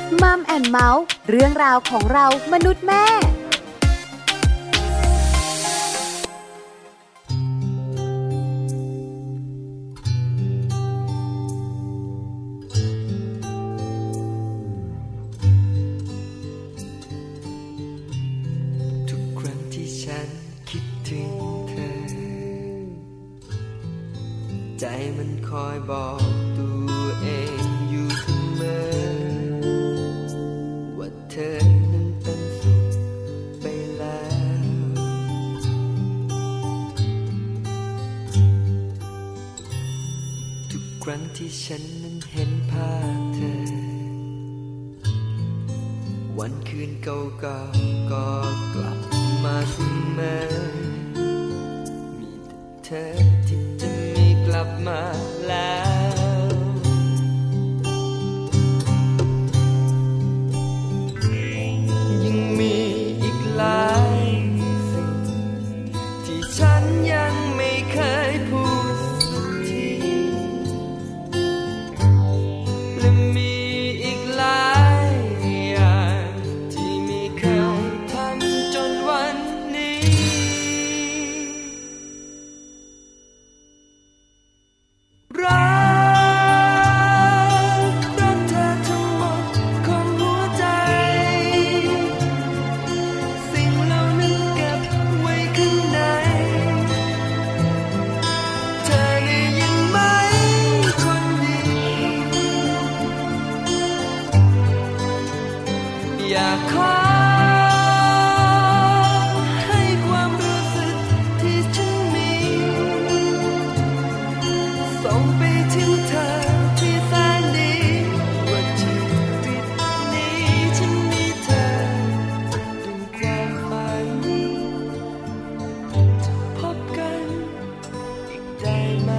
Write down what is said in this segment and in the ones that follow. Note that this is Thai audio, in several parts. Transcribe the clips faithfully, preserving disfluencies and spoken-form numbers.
มัมแอนด์เมาส์เรื่องราวของเรามนุษย์แม่ทุกครั้งที่ฉันคิดถึงเธอใจมันคอยบอกตัวเองอยู่เสมอว่าเธอนั้นเป็นสุขไปแล้วทุกครั้งที่ฉันนั้นเห็นภาพเธอวันคืนเก่าๆก็กลับมาเสมอมีแต่เธอที่จะมีกลับมาแล้วยังมีอีกหลายสิ่งที่ฉันยังไม่เคยพูดสักทีและมีอีกหลายอย่างที่ไม่เคยทำจนวันนี้รักรักเธอทั้งหมดของหัวใจสิ่งเหล่านั้นเก็บไว้ข้างในเธอได้ยินไหมคนดีอยากขอให้ความรู้สึกที่ฉันมีส่งไปถึงเธอที่แสนดีว่าชีวิตนี้ฉันมีเธอดังความฝันจะพบกันอีกได้ไหม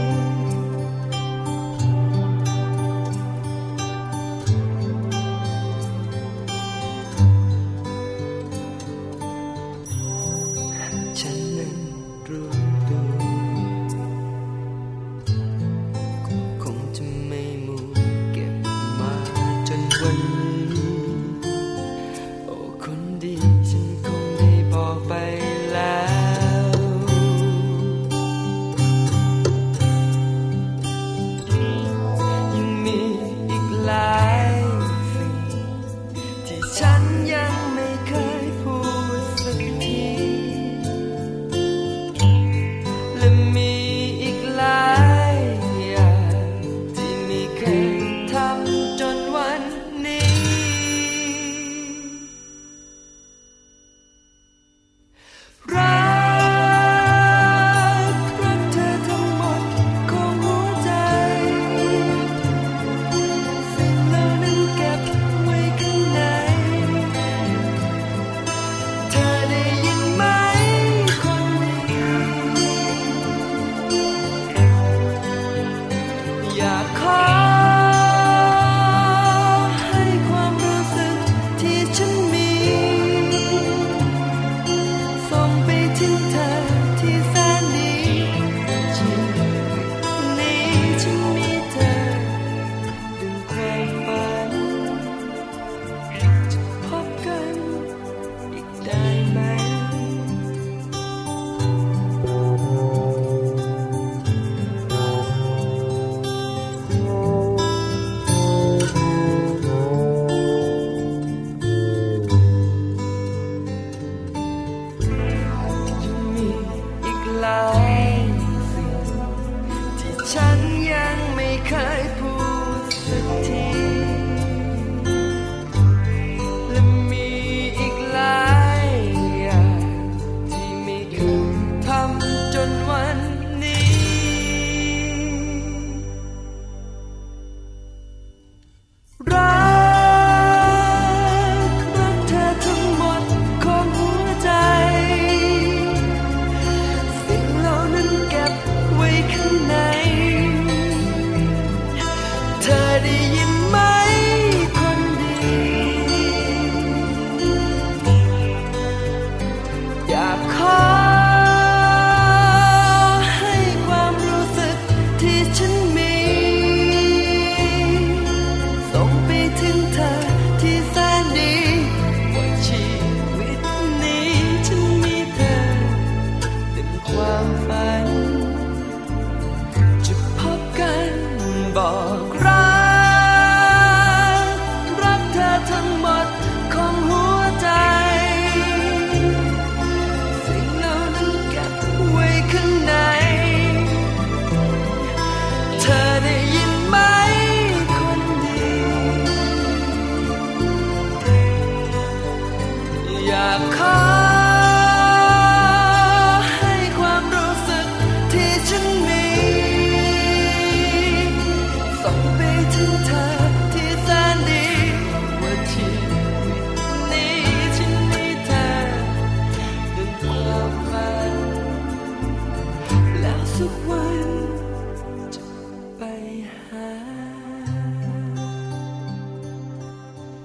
ฉันนั้นรู้ตัวคงจะไม่มูเก็บมาจนวันนี้โอ้คนดีฉันคงได้บอกไปแล้วยังมีอีกหลายสิ่งที่ฉันยังไม่เคยพูดสักทีและมีอีกหลายอย่างที่ไม่เคยทำจนวันนี้รักรักเธอทั้งหมดของหัวใจสิ่งเหล่านั้นเก็บไว้ข้างในเธอได้ยินไหมคนดีอยากขอให้ความรู้สึกที่ฉันมีส่งไปถึงเธอที่แสนดีชีวิตนี้ฉันมีเธอดังความฝันจะพบกันอีกได้ไหมยังมีอีกหลายสิ่งที่ฉันยังไม่เคยพูดสักทีและมีอีกหลายอย่างที่ไม่เคยทำจนวันนี้รักรักเธอทั้งหมดของหัวใจสิ่งเหล่านั้นเก็บไว้ข้างในเธอได้ยินไหมคนดีอยากขอให้ความรู้สึกที่ฉันมีส่งไปถึงเธอ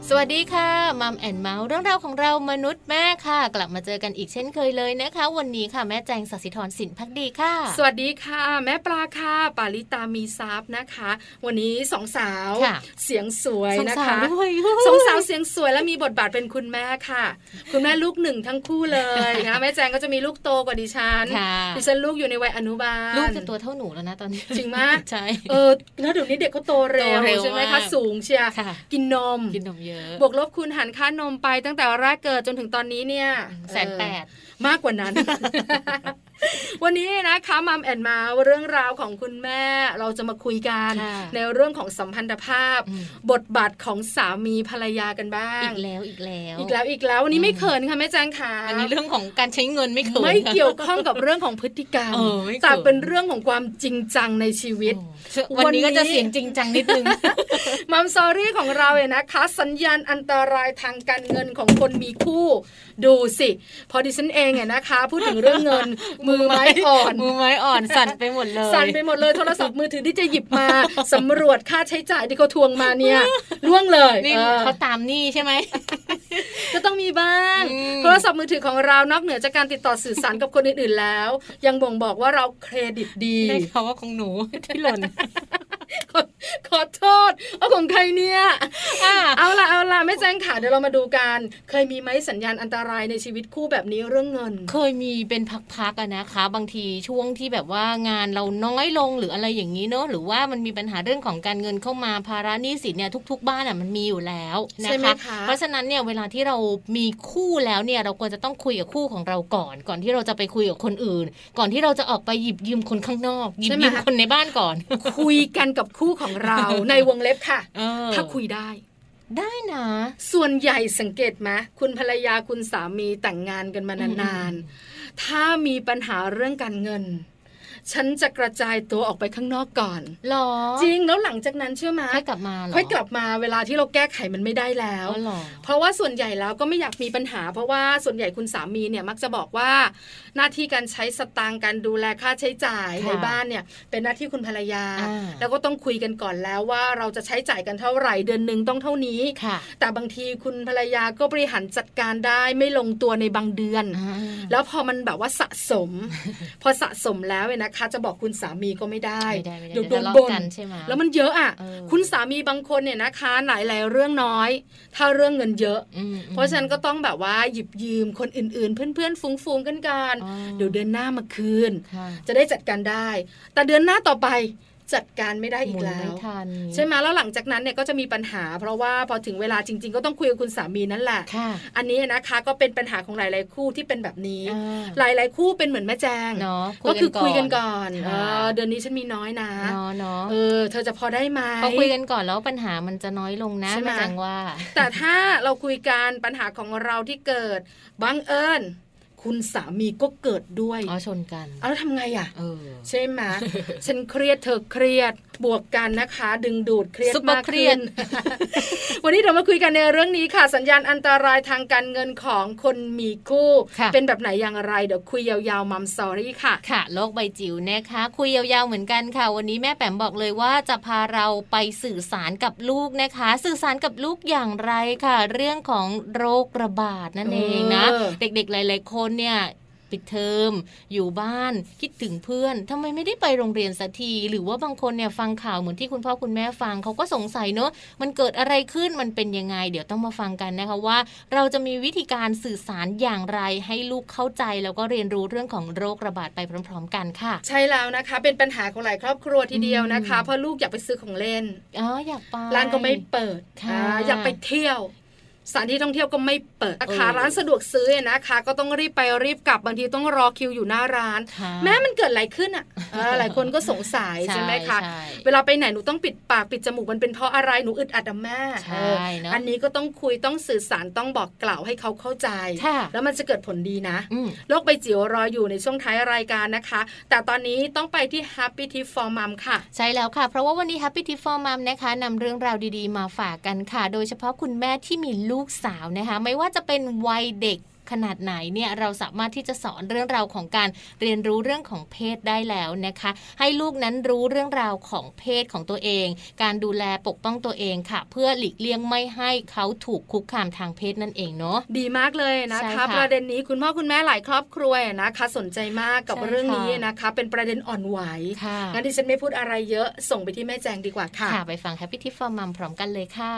สวัสดีค่ะมัมแอนเมาส์เรื่องราวของเรามนุษย์แม่ค่ะกลับมาเจอกันอีกเช่นเคยเลยนะคะวันนี้ค่ะแม่แจงศศิธรสินภักดีค่ะสวัสดีค่ะแม่ปลาค่ะปาริตามีซับนะคะวันนี้สองสาวเสียงสวยนะคะสองสาวเสียงสวยและมีบทบาทเป็นคุณแม่ค่ะคุณแม่ลูกหนึ่งทั้งคู่เลยนะแม่แจงก็จะมีลูกโตกว่าดิฉันดิฉันลูกอยู่ในวัยอนุบาลลูกจะตัวเท่าหนูแล้วนะตอนนี้จริงมากใช่เออแล้วเดี๋ยวนี้เด็กเขาโตเร็วใช่ไหมคะสูงเชียกินนมกินนมเยอะบวกลบคูณหารค่านมไปตั้งแต่แรกเกิดจนถึงตอนนี้เนี่ยแสนแปดมากกว่านั้น วันนี้นะคะมัมแอนมาเรื่องราวของคุณแม่เราจะมาคุยกันในเรื่องของสัมพันธภาพบทบาทของสามีภรรยากันบ้างอีกแล้วอีกแล้วอีกแล้วอีกแล้ววันนี้ไม่เขินค่ะแม่แจงค่ะอันนี้เรื่องของการใช้เงินไม่เขินไม่เกี่ยวข้องกับเรื่องของพฤติกรรมแต่เป็นเรื่องของความจริงจังในชีวิตวันนี้ก็จะเสียงจริงจังนิดนึงมัมซอรี่ของเราเนี่ยนะคะสัญญาณอันตรายทางการเงินของคนมีคู่ดูสิพอดิฉันเองเนี่ยนะคะพูดถึงเรื่องเงินมือไม้อ่อนมือไม้อ่อนสั่นไปหมดเลยสั่นไปหมดเลยโทรศัพท์มือถือที่จะหยิบมาสำรวจค่าใช้จ่ายที่เขาทวงมาเนี่ยล่วงเลยนี่เขาตามนี่ใช่ไหมก็ต้องมีบ้างโทรศัพท์มือถือของเรานอกเหนือจากการติดต่อสื่อสารกับคนอื่นๆแล้วยังบ่งบอกว่าเราเครดิตดีได้เขาว่าของหนูที่หล่นขอโทษเอาของใครเนี่ยเอาล่ะเอาล่ะไม่แจ้งค่ะเดี๋ยวเรามาดูกันเคยมีไหมสัญญาณอันตรายในชีวิตคู่แบบนี้เรื่องเงินเคยมีเป็นพักๆอะนะคะบางทีช่วงที่แบบว่างานเราน้อยลงหรืออะไรอย่างนี้เนอะหรือว่ามันมีปัญหาเรื่องของการเงินเข้ามาภาระหนี้สินเนี่ยทุกๆบ้านอะมันมีอยู่แล้วนะคะเพราะฉะนั้นเนี่ยเวลาที่เรามีคู่แล้วเนี่ยเราควรจะต้องคุยกับคู่ของเราก่อนก่อนที่เราจะไปคุยกับคนอื่นก่อนที่เราจะออกไปหยิบยืมคนข้างนอกหยิบยืมคนในบ้านก่อนคุยกันกับคู่ของเราในวงเล็บค่ะถ้าคุยได้ได้นะส่วนใหญ่สังเกตไหมคุณภรรยาคุณสามีแต่งงานกันมานานๆถ้ามีปัญหาเรื่องการเงินฉันจะกระจายตัวออกไปข้างนอกก่อนหรอจริงแล้วหลังจากนั้นเชื่อไหมค่อยกลับมาหรอค่อยกลับมาเวลาที่เราแก้ไขมันไม่ได้แล้วเพราะว่าส่วนใหญ่แล้วก็ไม่อยากมีปัญหาเพราะว่าส่วนใหญ่คุณสามีเนี่ยมักจะบอกว่าหน้าที่การใช้สตางค์การดูแลค่าใช้จ่ายในบ้านเนี่ยเป็นหน้าที่คุณภรรยาแล้วก็ต้องคุยกันก่อนแล้วว่าเราจะใช้จ่ายกันเท่าไหร่เดือนนึงต้องเท่านี้แต่บางทีคุณภรรยาก็บริหารจัดการได้ไม่ลงตัวในบางเดือนแล้วพอมันแบบว่าสะสมพอสะสมแล้วเนี่ยนะคะจะบอกคุณสามีก็ไม่ได้เดี๋ยวโดนบ่นแล้วมันเยอะอ่ะคุณสามีบางคนเนี่ยนะคะหลายหลายเรื่องน้อยถ้าเรื่องเงินเยอะเพราะฉะนั้นก็ต้องแบบว่าหยิบยืมคนอื่นๆเพื่อนๆฟุ้งๆกันกันเดี๋ยวเดือนหน้ามาคืนจะได้จัดการได้แต่เดือนหน้าต่อไปจัดการไม่ได้อีกแล้วใช่ไหมแล้วหลังจากนั้นเนี่ยก็จะมีปัญหาเพราะว่าพอถึงเวลาจริงๆก็ต้องคุยกับคุณสามีนั่นแหละอันนี้นะคะก็เป็นปัญหาของหลายๆคู่ที่เป็นแบบนี้หลายๆคู่เป็นเหมือนแม่แจงก็คือคุยกันก่อนเดือนนี้ฉันมีน้อยนะเออเธอจะพอได้ไหมพอคุยกันก่อนแล้วปัญหามันจะน้อยลงนะแม่แจงว่าแต่ถ้าเราคุยกันปัญหาของเราที่เกิดบังเอิญคุณสามีก็เกิดด้วยอ๋อชนกันเอาแล้วทำไงอ่ะเออใช่ไหม ฉันเครียดเธอเครียดบวกกันนะคะดึงดูดเครียดมากขึ้น วันนี้เรามาคุยกันในเรื่องนี้ค่ะสัญญาณอันตรายทางการเงินของคนมีคู่เป็นแบบไหนอย่างไรเดี๋ยวคุยยาวๆมัมสอรี่ค่ะค่ะโลกใบจิ๋วนะคะคุยยาวๆเหมือนกันค่ะวันนี้แม่แป๋มบอกเลยว่าจะพาเราไปสื่อสารกับลูกนะคะสื่อสารกับลูกอย่างไรค่ะเรื่องของโรคระบาดนั่นเองนะเด็กๆหลายๆคนเนี่ยปิดเทอมอยู่บ้านคิดถึงเพื่อนทำไมไม่ได้ไปโรงเรียนสักทีหรือว่าบางคนเนี่ยฟังข่าวเหมือนที่คุณพ่อคุณแม่ฟังเขาก็สงสัยเนอะมันเกิดอะไรขึ้นมันเป็นยังไงเดี๋ยวต้องมาฟังกันนะคะว่าเราจะมีวิธีการสื่อสารอย่างไรให้ลูกเข้าใจแล้วก็เรียนรู้เรื่องของโรคระบาดไปพร้อมๆกันค่ะใช่แล้วนะคะเป็นปัญหาของหลายครอบครัวทีเดียวนะคะเพราะลูกอยากไปซื้อของเล่นอ๋ออยากไปร้านก็ไม่เปิดอยากไปเที่ยวสถานที่ท่องเที่ยวก็ไม่เปิดนะคะร้านสะดวกซื้อนะคะก็ต้องรีบไปรีบกลับบางทีต้องรอคิวอยู่หน้าร้านแม้มันเกิดอะไรขึ้นอ่ะหลายคนก็สงสัยใช่ไหมคะเวลาไปไหนหนูต้องปิดปากปิดจมูกมันเป็นเพราะอะไรหนูอึดอัดแม่อันนี้ก็ต้องคุยต้องสื่อสารต้องบอกกล่าวให้เขาเข้าใจแล้วมันจะเกิดผลดีนะโลกใบจิ๋วรออยู่ในช่วงท้ายรายการนะคะแต่ตอนนี้ต้องไปที่ Happy Tip for Mom ค่ะใช่แล้วค่ะเพราะว่าวันนี้ Happy Tip for Mom นะคะนำเรื่องราวดีๆมาฝากกันค่ะโดยเฉพาะคุณแม่ที่มีลูกสาวนะคะไม่ว่าจะเป็นวัยเด็กขนาดไหนเนี่ยเราสามารถที่จะสอนเรื่องราวของการเรียนรู้เรื่องของเพศได้แล้วนะคะให้ลูกนั้นรู้เรื่องราวของเพศของตัวเองการดูแลปกป้องตัวเองค่ะเพื่อหลีกเลี่ยงไม่ให้เขาถูกคุกคามทางเพศนั่นเองเนาะดีมากเลยนะคะประเด็นนี้คุณพ่อคุณแม่หลายครอบครัวนะคะสนใจมากกับเรื่องนี้นะคะเป็นประเด็นอ่อนไหวงั้นดิฉันไม่พูดอะไรเยอะส่งไปที่แม่แจงดีกว่าค่ะค่ะไปฟัง Happy Tip for Mom พร้อมกันเลยค่ะ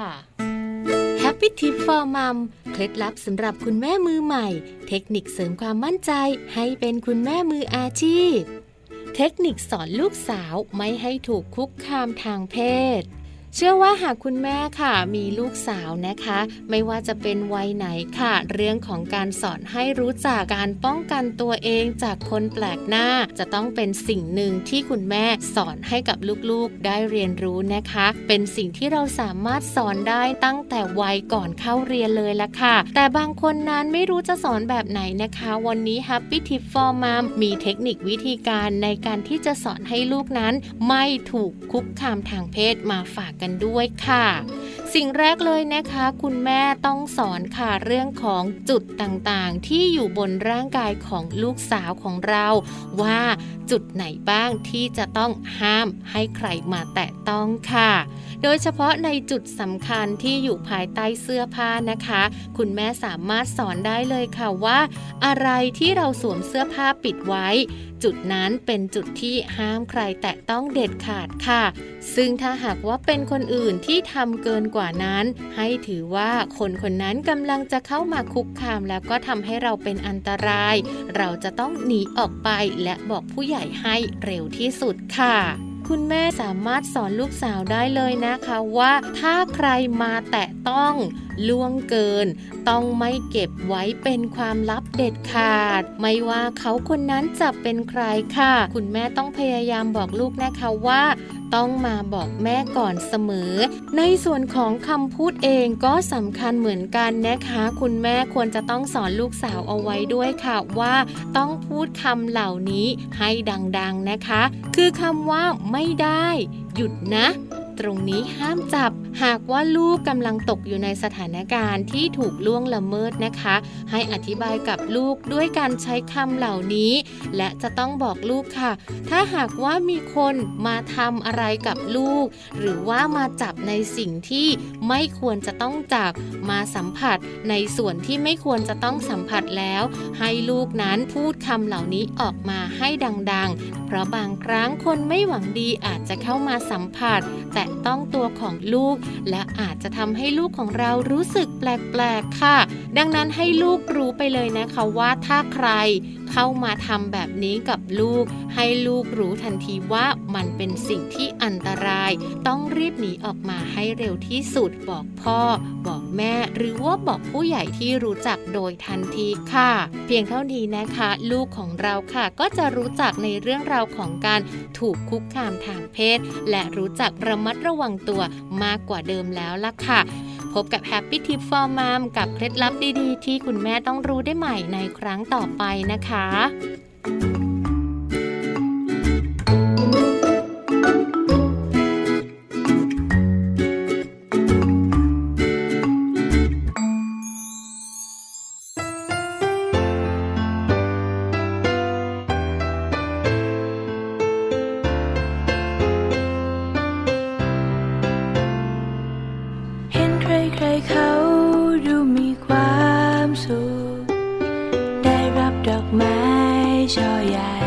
Happy Tip for Mom เคล็ดลับสำหรับคุณแม่มือใหม่เทคนิคเสริมความมั่นใจให้เป็นคุณแม่มืออาชีพเทคนิคสอนลูกสาวไม่ให้ถูกคุกคามทางเพศเชื่อว่าหากคุณแม่ค่ะมีลูกสาวนะคะไม่ว่าจะเป็นวัยไหนค่ะเรื่องของการสอนให้รู้จักการป้องกันตัวเองจากคนแปลกหน้าจะต้องเป็นสิ่งหนึ่งที่คุณแม่สอนให้กับลูกๆได้เรียนรู้นะคะเป็นสิ่งที่เราสามารถสอนได้ตั้งแต่วัยก่อนเข้าเรียนเลยละค่ะแต่บางคนนั้นไม่รู้จะสอนแบบไหนนะคะวันนี้ Happy Tip for Mom มีเทคนิควิธีการในการที่จะสอนให้ลูกนั้นไม่ถูกคุกคามทางเพศมาฝากกันด้วยค่ะสิ่งแรกเลยนะคะคุณแม่ต้องสอนค่ะเรื่องของจุดต่างๆที่อยู่บนร่างกายของลูกสาวของเราว่าจุดไหนบ้างที่จะต้องห้ามให้ใครมาแตะต้องค่ะโดยเฉพาะในจุดสำคัญที่อยู่ภายใต้เสื้อผ้านะคะคุณแม่สามารถสอนได้เลยค่ะว่าอะไรที่เราสวมเสื้อผ้าปิดไว้จุดนั้นเป็นจุดที่ห้ามใครแตะต้องเด็ดขาดค่ะซึ่งถ้าหากว่าเป็นคนอื่นที่ทำเกินกว่านั้นให้ถือว่าคนคนนั้นกำลังจะเข้ามาคุกคามแล้วก็ทำให้เราเป็นอันตรายเราจะต้องหนีออกไปและบอกผู้ใหญ่ให้เร็วที่สุดค่ะคุณแม่สามารถสอนลูกสาวได้เลยนะคะว่าถ้าใครมาแตะต้องล่วงเกินต้องไม่เก็บไว้เป็นความลับเด็ดขาดไม่ว่าเขาคนนั้นจะเป็นใครค่ะคุณแม่ต้องพยายามบอกลูกนะคะว่าต้องมาบอกแม่ก่อนเสมอในส่วนของคำพูดเองก็สำคัญเหมือนกันนะคะคุณแม่ควรจะต้องสอนลูกสาวเอาไว้ด้วยค่ะว่าต้องพูดคำเหล่านี้ให้ดังๆนะคะคือคำว่าไม่ได้หยุดนะตรงนี้ห้ามจับหากว่าลูกกำลังตกอยู่ในสถานการณ์ที่ถูกล่วงละเมิดนะคะให้อธิบายกับลูกด้วยการใช้คำเหล่านี้และจะต้องบอกลูกค่ะถ้าหากว่ามีคนมาทำอะไรกับลูกหรือว่ามาจับในสิ่งที่ไม่ควรจะต้องจับมาสัมผัสในส่วนที่ไม่ควรจะต้องสัมผัสแล้วให้ลูกนั้นพูดคำเหล่านี้ออกมาให้ดังๆเพราะบางครั้งคนไม่หวังดีอาจจะเข้ามาสัมผัสแต่ต้องตัวของลูกและอาจจะทำให้ลูกของเรารู้สึกแปลกๆค่ะดังนั้นให้ลูกรู้ไปเลยนะคะว่าถ้าใครเข้ามาทำแบบนี้กับลูกให้ลูกรู้ทันทีว่ามันเป็นสิ่งที่อันตรายต้องรีบหนีออกมาให้เร็วที่สุดบอกพ่อบอกแม่หรือว่าบอกผู้ใหญ่ที่รู้จักโดยทันทีค่ะเพียงเท่านี้นะคะลูกของเราค่ะก็จะรู้จักในเรื่องราวของการถูกคุกคามทางเพศและรู้จักระมัดระวังตัวมากกว่าเดิมแล้วล่ะค่ะพบกับ Happy Tip for Mom กับเคล็ดลับดีๆที่คุณแม่ต้องรู้ได้ใหม่ในครั้งต่อไปนะคะเขาดูมีความสุขได้รับดอกไม้ช่อใหญ่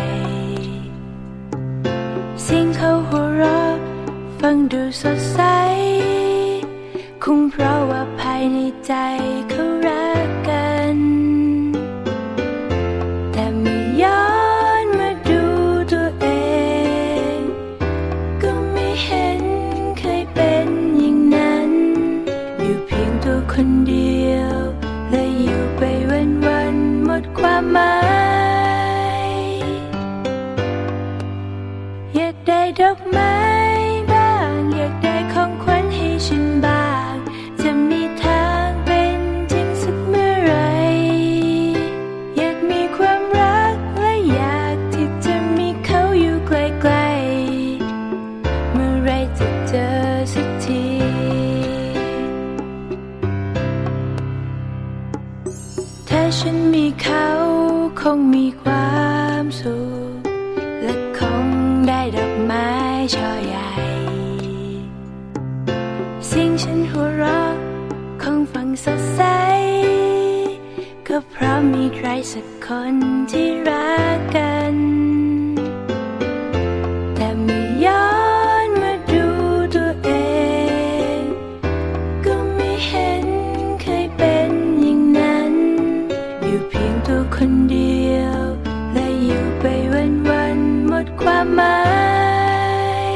เสียงเขาหัวเราะฟังดูสดใสคงเพราะว่าภายในใจเขารักกันแต่เมื่อย้อนมาดูตัวเองก็ไม่เห็นเคยเป็นอย่างนั้นอยู่เพียงตัวคนเดียวและอยู่ไปวันๆหมดความหมายอยากได้ดอกไม้บ้างอยากได้ของขวัญให้ฉันบ้างจะมีทางเป็นจริงสักเมื่อไรฉันมีเขาคงมีความสุขและคงได้ดอกไม้ช่อใหญ่เสียงฉันหัวเราะคงฟังสดใสก็เพราะมีใครสักคนที่รักกันแต่เมื่อย้อนมาดูตัวเองก็ไม่เห็นเคยเป็นอย่างนั้นอยู่เพียงตัวคนเดียวและอยู่ไปวันๆหมดความหมาย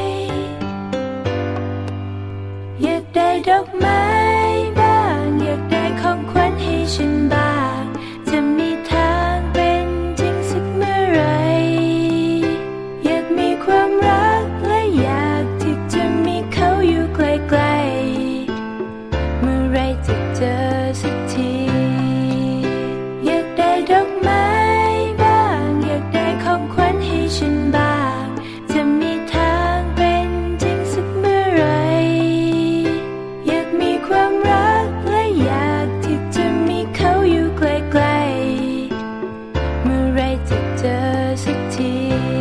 อยากได้ดอกไม้บ้างอยากได้ของขวัญให้ฉันบ้างจะมีทางเป็นจริงสักเมื่อไรอยากมีความรักและอยากที่จะมีเขาอยู่ใกล้ๆเมื่อไรจะเจอสักทีอยากได้ดอกไม้บ้างอยากได้ของขวัญให้ฉันบ้างจะมีทางเป็นจริงสักเมื่อไรอยากมีความรักและอยากที่จะมีเขาอยู่ใกล้ๆเมื่อไรจะเจอสักที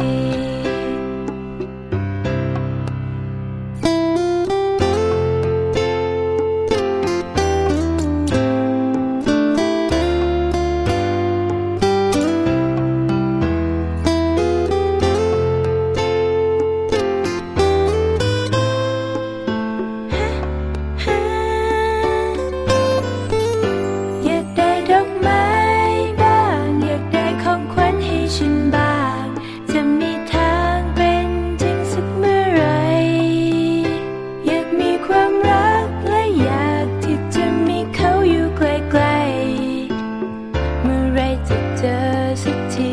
อยากได้ดอกไม้บ้างอยากได้ของขวัญให้ฉันบ้างจะมีทางเป็นจริงสักเมื่อไรอยากมีความรักและอยากที่จะมีเขาอยู่ใกล้ๆเมื่อไรจะเจอสักที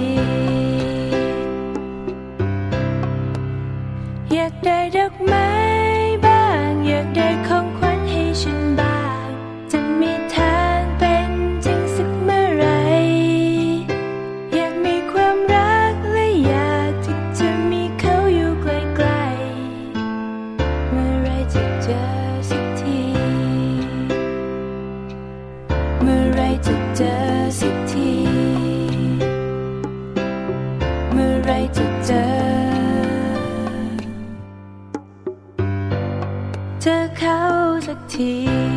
อยากได้ดอกไม้บ้างอยากได้ของขวัญให้ฉันบ้างจะมีทางเป็นจริงสักเมื่อไรอยากมีความรักและอยากที่จะมีเขาอยู่ใกล้ๆเมื่อไรจะเจอสักทีเมื่อไรจะเจอสักทีเมื่อไรจะเจอเจอเขาสักที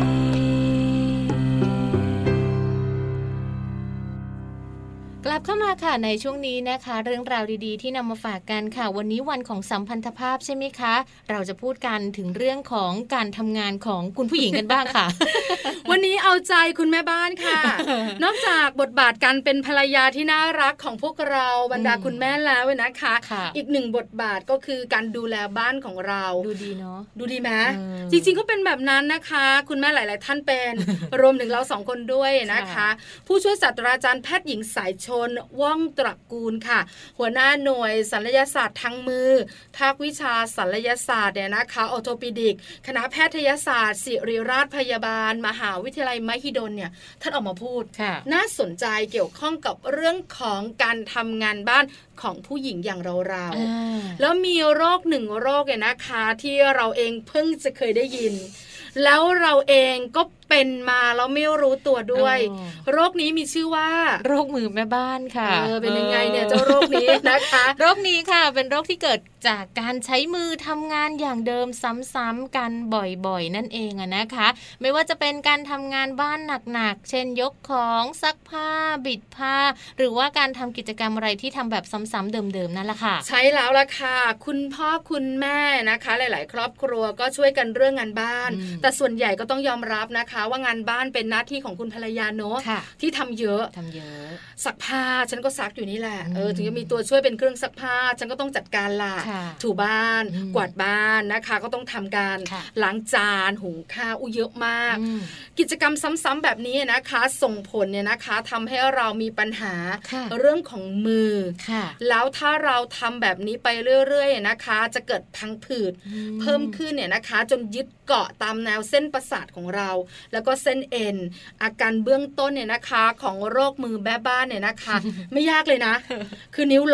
กลับเข้ามาค่ะในช่วงนี้นะคะเรื่องราวดีๆที่นำมาฝากกันค่ะวันนี้วันของสัมพันธภาพใช่ไหมคะเราจะพูดกันถึงเรื่องของการทำงานของคุณผู้หญิงกันบ้างค่ะวันนี้เอาใจคุณแม่บ้านค่ะ นอกจากบทบาทการเป็นภรรยาที่น่ารักของพวกเราบรรดาคุณแม่แล้วนะคะ อีกหนึ่งบทบาทก็คือการดูแลบ้านของเราดูดีเนาะดูดีไหมจริงๆก็เป็นแบบนั้นนะคะคุณแม่หลายๆท่านเป็น รวมถึงเราสองคนด้วยนะคะ ผู้ช่วยศาสตราจารย์แพทย์หญิงสายชนว่องตระกูลค่ะหัวหน้าหน่วยศัลยศาสตร์ทางมือภาควิชาศัลยศาสตร์เนี่ยนะคะออร์โทปิดิกคณะแพทยศาสตร์ศิริราชพยาบาลมหาวิทยาลัยมหิดลเนี่ยท่านออกมาพูดน่าสนใจเกี่ยวข้องกับเรื่องของการทำงานบ้านของผู้หญิงอย่างเราๆแล้วมีโรคหนึ่งโรคเนี่ยนะคะที่เราเองเพิ่งจะเคยได้ยินแล้วเราเองก็เป็นมาแล้วไม่รู้ตัวด้วยโรคนี้มีชื่อว่าโรคมือแม่บ้านค่ะเออเป็นยังไงเนี่ยเจ้าโรคนี้นะคะโรคนี้ค่ะเป็นโรคที่เกิดจากการใช้มือทำงานอย่างเดิมซ้ำๆกันบ่อยๆนั่นเองอะนะคะไม่ว่าจะเป็นการทำงานบ้านหนักๆเช่นยกของซักผ้าบิดผ้าหรือว่าการทำกิจกรรมอะไรที่ทำแบบซ้ำๆเดิมๆนั่นแหละค่ะใช่แล้วล่ะค่ะคุณพ่อคุณแม่นะคะหลายๆครอบครัวก็ช่วยกันเรื่องงานบ้านแต่ส่วนใหญ่ก็ต้องยอมรับนะคะว่างานบ้านเป็นหน้าที่ของคุณภรรยาเนอะที่ทำเยอะทำเยอะซักผ้าฉันก็ซักอยู่นี่แหละเออถึงจะมีตัวช่วยเป็นเครื่องซักผ้าฉันก็ต้องจัดการล่ะถูบ้านกวาดบ้านนะคะก็ต้องทำการล้างจานหุงข้าวเยอะมากกิจกรรมซ้ำๆแบบนี้นะคะส่งผลเนี่ยนะคะทำให้เรามีปัญหาเรื่องของมือแล้วถ้าเราทำแบบนี้ไปเรื่อยๆนะคะจะเกิดพังผืดเพิ่มขึ้นเนี่ยนะคะจนยึดเกาะตามแนวเส้นประสาทของเราแล้วก็เส้นเอ็นอาการเบื้องต้นเนี่ยนะคะของโรคมือแม่บ้านเนี่ยนะคะ ไม่ยากเลยนะ คือนิ้วล็อก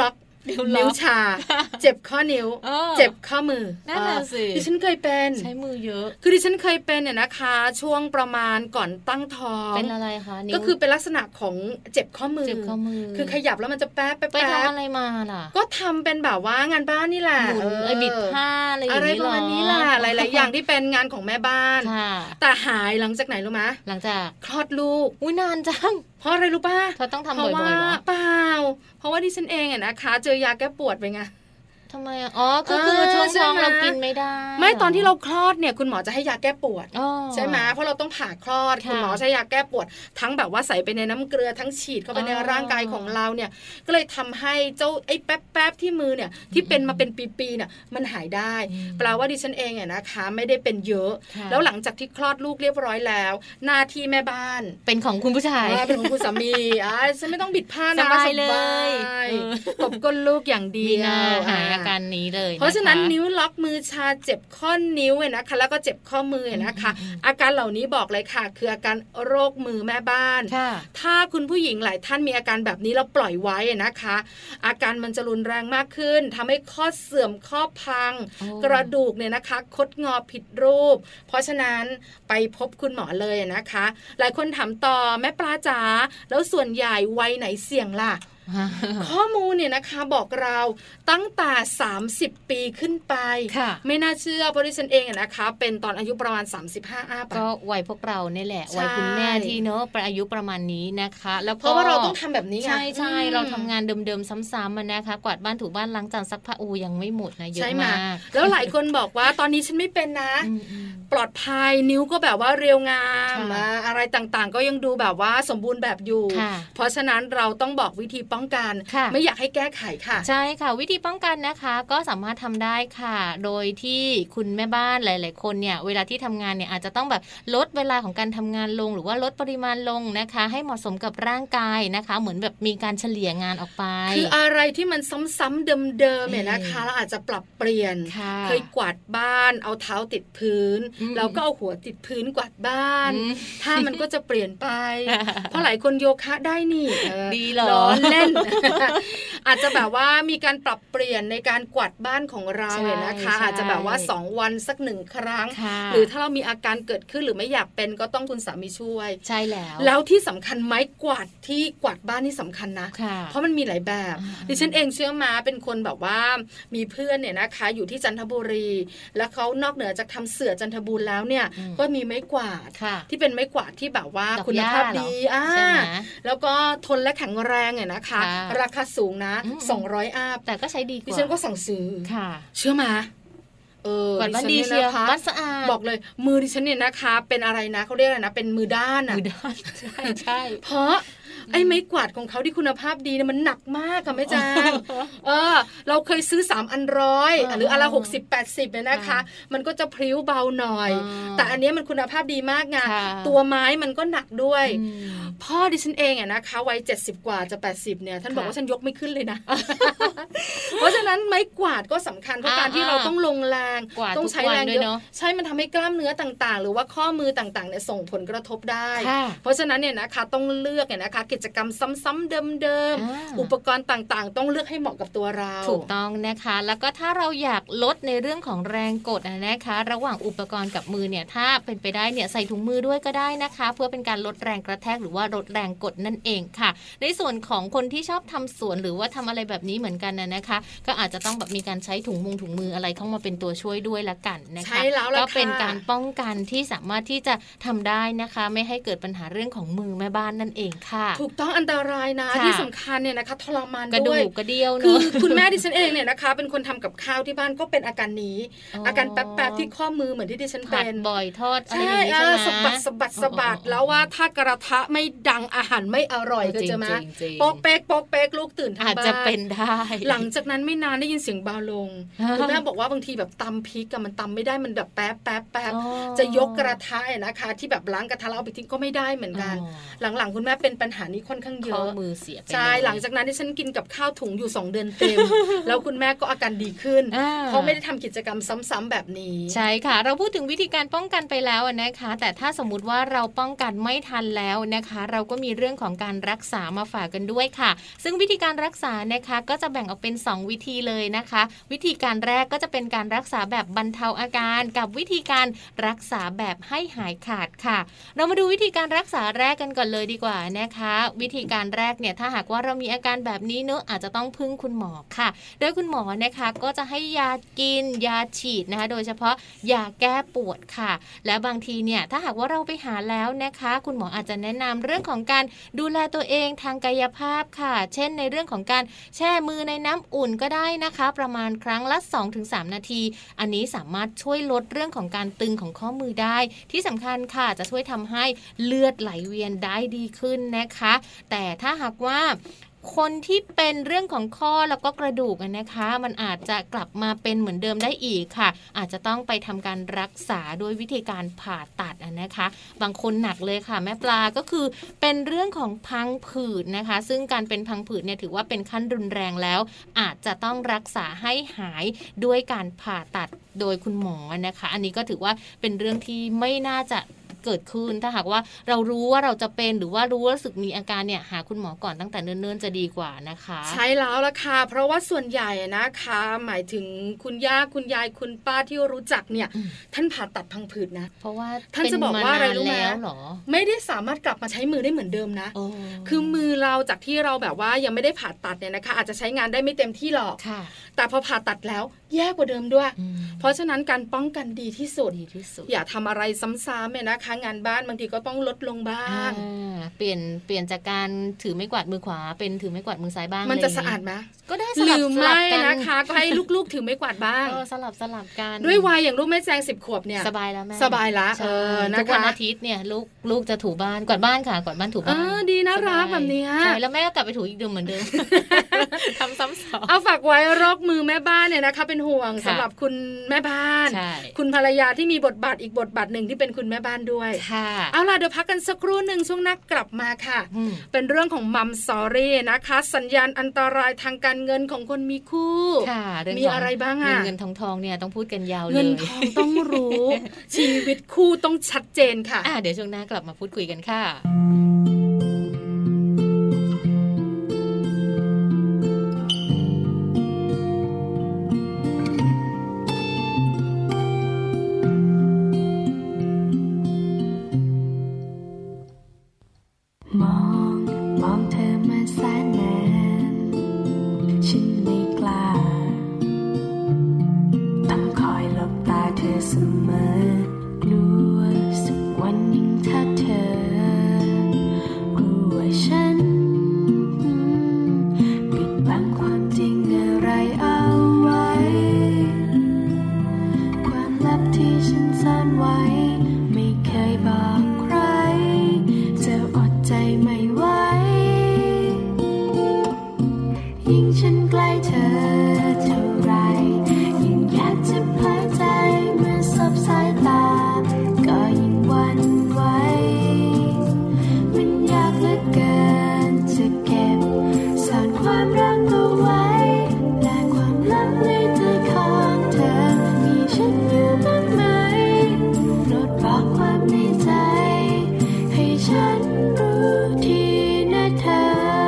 นิ้วชาเจ็บข้อนิ้วเจ็บข้อมือนั่นแหละสิดิฉันเคยเป็นใช้มือเยอะคือดิฉันเคยเป็นเนี่ยนะคะช่วงประมาณก่อนตั้งท้องเป็นอะไรคะก็คือเป็นลักษณะของเจ็บข้อมือเจ็บข้อมือคือขยับแล้วมันจะแป๊บแป๊บไปทำอะไรมาล่ะก็ทำเป็นแบบว่างานบ้านนี่แหละหมุนไอ้บิดผ้าอะไรอย่างนี้หรออะไรประมาณนี้แหละหลายๆอย่างที่เป็นงานของแม่บ้านแต่หายหลังจากไหนรู้ไหมหลังจากคลอดลูกอุ้ยนานจังเพราะอะไรรู้ป่ะเธอต้องทำบ่อยๆหรอเปล่าเพราะว่าดิฉันเองอะนะคะเจอยาแก้ปวดไปไงทำไมอ่ะอ๋อก็คือช่วงท้องเรากินไม่ได้ไม่ตอนที่เราคลอดเนี่ยคุณหมอจะให้ยาแก้ปวดใช่ไหมเพราะเราต้องผ่าคลอดคุณหมอใช้ยาแก้ปวดทั้งแบบว่าใส่ไปในน้ำเกลือทั้งฉีดเข้าไปในร่างกายของเราเนี่ยก็เลยทำให้เจ้าไอ้แป๊บๆที่มือเนี่ยที่เป็นมาเป็นปีๆเนี่ยมันหายได้แปลว่าดิฉันเองเนี่ยนะคะไม่ได้เป็นเยอะแล้วหลังจากที่คลอดลูกเรียบร้อยแล้วหน้าที่แม่บ้านเป็นของคุณผู้ชายเป็นของคุณสามีอ่ะฉันไม่ต้องบิดผ้านะสบายเลยกบก้นลูกอย่างเดียวหายอาการนี้เลยเพราะฉะนั้นนิ้วล็อกมือชาเจ็บข้อนิ้วเนี่ยนะคะแล้วก็เจ็บข้อมือนะคะอาการเหล่านี้บอกเลยค่ะคืออาการโรคมือแม่บ้านถ้าคุณผู้หญิงหลายท่านมีอาการแบบนี้เราปล่อยไว้นะคะอาการมันจะรุนแรงมากขึ้นทำให้ข้อเสื่อมข้อพังกระดูกเนี่ยนะคะคดงอผิดรูปเพราะฉะนั้นไปพบคุณหมอเลยนะคะหลายคนถามต่อแม่ปลาจ๋าแล้วส่วนใหญ่วัยไหนเสี่ยงล่ะข้อมูลเนี่ยนะคะบอกเราตั้งแต่สามสิบปีขึ้นไปไม่น่าเชื่อเพราะดิฉันเองนะคะเป็นตอนอายุประมาณสามสิบห้าอัพก็วัยพวกเราเนี่ยแหละวัยคุณแม่ที่เนอะอายุประมาณนี้นะคะแล้วเพราะว่าเราต้องทำแบบนี้ไงใช่ใช่เราทำงานเดิมๆซ้ำๆมันนะคะกวาดบ้านถูบ้านล้างจานซักผ้าอูยังไม่หมดนะเยอะมากแล้วหลายคนบอกว่าตอนนี้ฉันไม่เป็นนะปลอดภัยนิ้วก็แบบว่าเรียวงามอะไรต่างๆก็ยังดูแบบว่าสมบูรณ์แบบอยู่เพราะฉะนั้นเราต้องบอกวิธีป้องกันไม่อยากให้แก้ไขค่ะใช่ค่ะวิธีป้องกันนะคะก็สามารถทำได้ค่ะโดยที่คุณแม่บ้านหลายๆคนเนี่ยเวลาที่ทำงานเนี่ยอาจจะต้องแบบลดเวลาของการทำงานลงหรือว่าลดปริมาณลงนะคะให้เหมาะสมกับร่างกายนะคะเหมือนแบบมีการเฉลี่ยงานออกไปคืออะไรที่มันซ้ำๆเดิมๆเนี่ยนะคะเราอาจจะปรับเปลี่ยนเคยกวาดบ้านเอาเท้าติดพื้นแล้วก็เอาหัวติดพื้นกวาดบ้านถ้ามันก็จะเปลี่ยนไปเพราะหลายคนโยคะได้นี่ดีหรอเล่นอาจจะแบบว่ามีการปรับเปลี่ยนในการกวาดบ้านของเราเนี่ยนะคะอาจจะแบบว่าสองวันสักหนึ่งครั้งหรือถ้าเรามีอาการเกิดขึ้นหรือไม่อยากเป็นก็ต้องคุณสามีช่วยใช่แล้วแล้วที่สำคัญไม้กวาดที่กวาดบ้านนี่สำคัญนะเพราะมันมีหลายแบบดิฉันเองเชื่อมาเป็นคนแบบว่ามีเพื่อนเนี่ยนะคะอยู่ที่จันทบุรีแล้วเขานอกเหนือจากทำเสื่อจันทบูรณ์แล้วเนี่ยก็มีไม้กวาดที่เป็นไม้กวาดที่แบบว่าคุณภาพดีอ่าแล้วก็ทนและแข็งแรงเนี่ยนะคะราคาสูงนะสองร้อยอัพแต่ก็ใช้ดีกว่าดิฉันก็สั่งซื้อค่ะเชื่อมาเออดิฉันเนี่ยนะคะบ้านสะอาดบอกเลยมือดิฉันเนี่ยนะคะเป็นอะไรนะเขาเรียกอะไรนะเป็นมือด้านอ่ะมือด้านใช่ใช่เพราะไอ้ไม้กวาดของเขาที่คุณภาพดีเนี่ยมันหนักมากค่ะแม่จางเออเราเคยซื้อสามอันร้อยหรืออันละหกสิบ แปดสิบเนี่ยนะคะมันก็จะพลิ้วเบาหน่อยแต่อันนี้มันคุณภาพดีมากไงตัวไม้มันก็หนักด้วยพ่อดิฉันเองอ่ะนะคะวัยเจ็ดสิบกว่าจะแปดสิบเนี่ยท่านบอกว่าฉันยกไม่ขึ้นเลยนะเพราะฉะนั้นไม้กวาดก็สำคัญเพราะการที่เราต้องลงแรงต้องใช้แรงเยอะใช่มันทำให้กล้ามเนื้อต่างๆหรือว่าข้อมือต่างๆเนี่ยส่งผลกระทบได้เพราะฉะนั้นเนี่ยนะคะต้องเลือกเนี่ยนะคะกิจกรรมซ้ำๆเดิมๆอุปกรณ์ต่างๆต้องเลือกให้เหมาะกับตัวเราถูกต้องนะคะแล้วก็ถ้าเราอยากลดในเรื่องของแรงกดนะคะระหว่างอุปกรณ์กับมือเนี่ยถ้าเป็นไปได้เนี่ยใส่ถุงมือด้วยก็ได้นะคะเพื่อเป็นการลดแรงกระแทกหรือว่าลดแรงกดนั่นเองค่ะในส่วนของคนที่ชอบทำสวนหรือว่าทำอะไรแบบนี้เหมือนกันนะนะคะก็อาจจะต้องแบบมีการใช้ถุงมือถุงมืออะไรเข้ามาเป็นตัวช่วยด้วยละกันนะคะก็เป็นการป้องกันที่สามารถที่จะทำได้นะคะไม่ให้เกิดปัญหาเรื่องของมือแม่บ้านนั่นเองค่ะถูกต้องอันตรายนะที่สำคัญเนี่ยนะคะทรมานด้วยกระดูกกระเดี่ยวเนอะคือคุณแม่ดิฉันเองเนี่ยนะคะเป็นคนทำกับข้าวที่บ้านก็เป็นอาการนี้อาการแป๊บๆที่ข้อมือเหมือนที่ดิฉันเป็นบ่อยทอดอะไรอย่างนี้ใช่ไหมสะบัดสะบัดสะบัดแล้วว่าถ้ากระทะไม่ดังอาหารไม่อร่อยก็จะมาปอกเป๊กปอกเป๊กลูกตื่นทั้งบ้านอาจจะเป็นได้หลังจากนั้นไม่นานได้ยินเสียงเบาลงคุณแม่บอกว่าบางทีแบบตำพริกกับมันตำไม่ได้มันแบบแป๊บแป๊บแป๊บจะยกกระทะนะคะที่แบบล้างกระทะแล้วเอาไปทิ้งก็ไม่ได้เหมือนกันหลังๆคุณแม่เป็นปัญหานี่ค่อนข้างเยอะข้อมือเสียไปใช่หลังจากนั้นที่ฉันกินกับข้าวถุงอยู่สองเดือนเต็ม แล้วคุณแม่ก็อาการดีขึ้นเพราะไม่ได้ทำกิจกรรมซ้ำๆแบบนี้ใช่ค่ะเราพูดถึงวิธีการป้องกันไปแล้วนะคะแต่ถ้าสมมุติว่าเราป้องกันไม่ทันแล้วนะคะเราก็มีเรื่องของการรักษามาฝากกันด้วยค่ะซึ่งวิธีการรักษานะคะก็จะแบ่งออกเป็นสองวิธีเลยนะคะวิธีการแรกก็จะเป็นการรักษาแบบบรรเทาอาการกับวิธีการรักษาแบบให้หายขาดค่ะเรามาดูวิธีการรักษาแรกกันก่อนเลยดีกว่านะคะวิธีการแรกเนี่ยถ้าหากว่าเรามีอาการแบบนี้เนอะอาจจะต้องพึ่งคุณหมอค่ะโดยคุณหมอนะคะก็จะให้ยากินยาฉีดนะคะโดยเฉพาะยาแก้ปวดค่ะและบางทีเนี่ยถ้าหากว่าเราไปหาแล้วนะคะคุณหมออาจจะแนะนำเรื่องของการดูแลตัวเองทางกายภาพค่ะเช่นในเรื่องของการแช่มือในน้ำอุ่นก็ได้นะคะประมาณครั้งละ สองถึงสาม นาทีอันนี้สามารถช่วยลดเรื่องของการตึงของข้อมือได้ที่สำคัญค่ะจะช่วยทำให้เลือดไหลเวียนได้ดีขึ้นนะคะแต่ถ้าหากว่าคนที่เป็นเรื่องของข้อแล้วก็กระดูกนะคะมันอาจจะกลับมาเป็นเหมือนเดิมได้อีกค่ะอาจจะต้องไปทำการรักษาด้วยวิธีการผ่าตัดนะคะบางคนหนักเลยค่ะแม่ปลาก็คือเป็นเรื่องของพังผืดนะคะซึ่งการเป็นพังผืดเนี่ยถือว่าเป็นขั้นรุนแรงแล้วอาจจะต้องรักษาให้หายด้วยการผ่าตัดโดยคุณหมอนะคะอันนี้ก็ถือว่าเป็นเรื่องที่ไม่น่าจะเกิดขึ้นถ้าหากว่าเรารู้ว่าเราจะเป็นหรือว่ารู้ว่ารู้สึกมีอาการเนี่ยหาคุณหมอก่อนตั้งแต่เนิ่นๆจะดีกว่านะคะใช่แล้วล่ะค่ะเพราะว่าส่วนใหญ่นะคะหมายถึงคุณย่าคุณยายคุณป้าที่รู้จักเนี่ยท่านผ่าตัดพังผืดนะเพราะว่าท่านจะบอกว่าอะไรรู้ไหมไม่ได้สามารถกลับมาใช้มือได้เหมือนเดิมนะคือมือเราจากที่เราแบบว่ายังไม่ได้ผ่าตัดเนี่ยนะคะอาจจะใช้งานได้ไม่เต็มที่หรอกแต่พอผ่าตัดแล้วแย่กว่าเดิมด้วยเพราะฉะนั้นการป้องกันดีที่สุดอย่าทำอะไรซ้ำๆเนี่ยนะคะงานบ้านบางทีก็ต้องลดลงบ้างเปลี่ยนเปลี่ยนจากการถือไม้กวาดมือขวาเป็นถือไม้กวาดมือซ้ายบ้างมันจะสะอาดไหมก็ได้สลับสลับกันนะคะก็ให้ลูกๆถือไม้กวาดบ้างสลับสลับกันด้วยวัยอย่างลูกแม่แจงสิบขวบเนี่ยสบายแล้วแม่สบายละทุกวันอาทิตย์เนี่ยลูกลูกจะถูบ้านกวาดบ้านค่ะกวาดบ้านถูบ้านดีนะรักแบบนี้ใช่แล้วแม่ก็กลับไปถูอีกเดิมเหมือนเดิมทำซ้ำซ้อนเอาฝากไว้โรคมือแม่บ้านเนี่ยนะคะเป็นห่วงสำหรับคุณแม่บ้านคุณภรรยาที่มีบทบาทอีกบทบาทหนึ่งที่เป็นคุณแม่บ้านด้วยเอาล่ะเดี๋ยวพักกันสักครู่หนึ่งช่วงนักกลับมาค่ะเป็นเรื่องของมัมสอรี่นะคะสัญญาณอันตรายทางการเงินของคนมีคู่มีอะไรบ้างอะเงินทองทองเนี่ยต้องพูดกันยาวเลยเงินทองต้องรู้ ชีวิตคู่ต้องชัดเจนค่ะเดี๋ยวช่วงหน้ากลับมาพูดคุยกันค่ะมองมองเธอมาแสนนานฉันไม่กล้าต้องคอยหลบตาเธอเสมอกลัวสักวันหนึ่งถ้าเธอกลัวฉันปิดบังความจริงอะไรเอาไว้ความลับที่ฉันซ่อนไว้ไม่เคยบอกใครจะอดใจไม่ไหวยิ่งฉันใกล้เธอเท่าไรยิ่งอยากจะเผยใจเมื่อสบสายตาก็ยิ่งหวั่นไหวมันยากเหลือเกินจะเก็บซ่อนความรักเอาไว้และความลับในใจของเธอมีฉันอยู่บ้างไหมโปรดบอกความในใจให้ฉันรู้ทีนะเธอ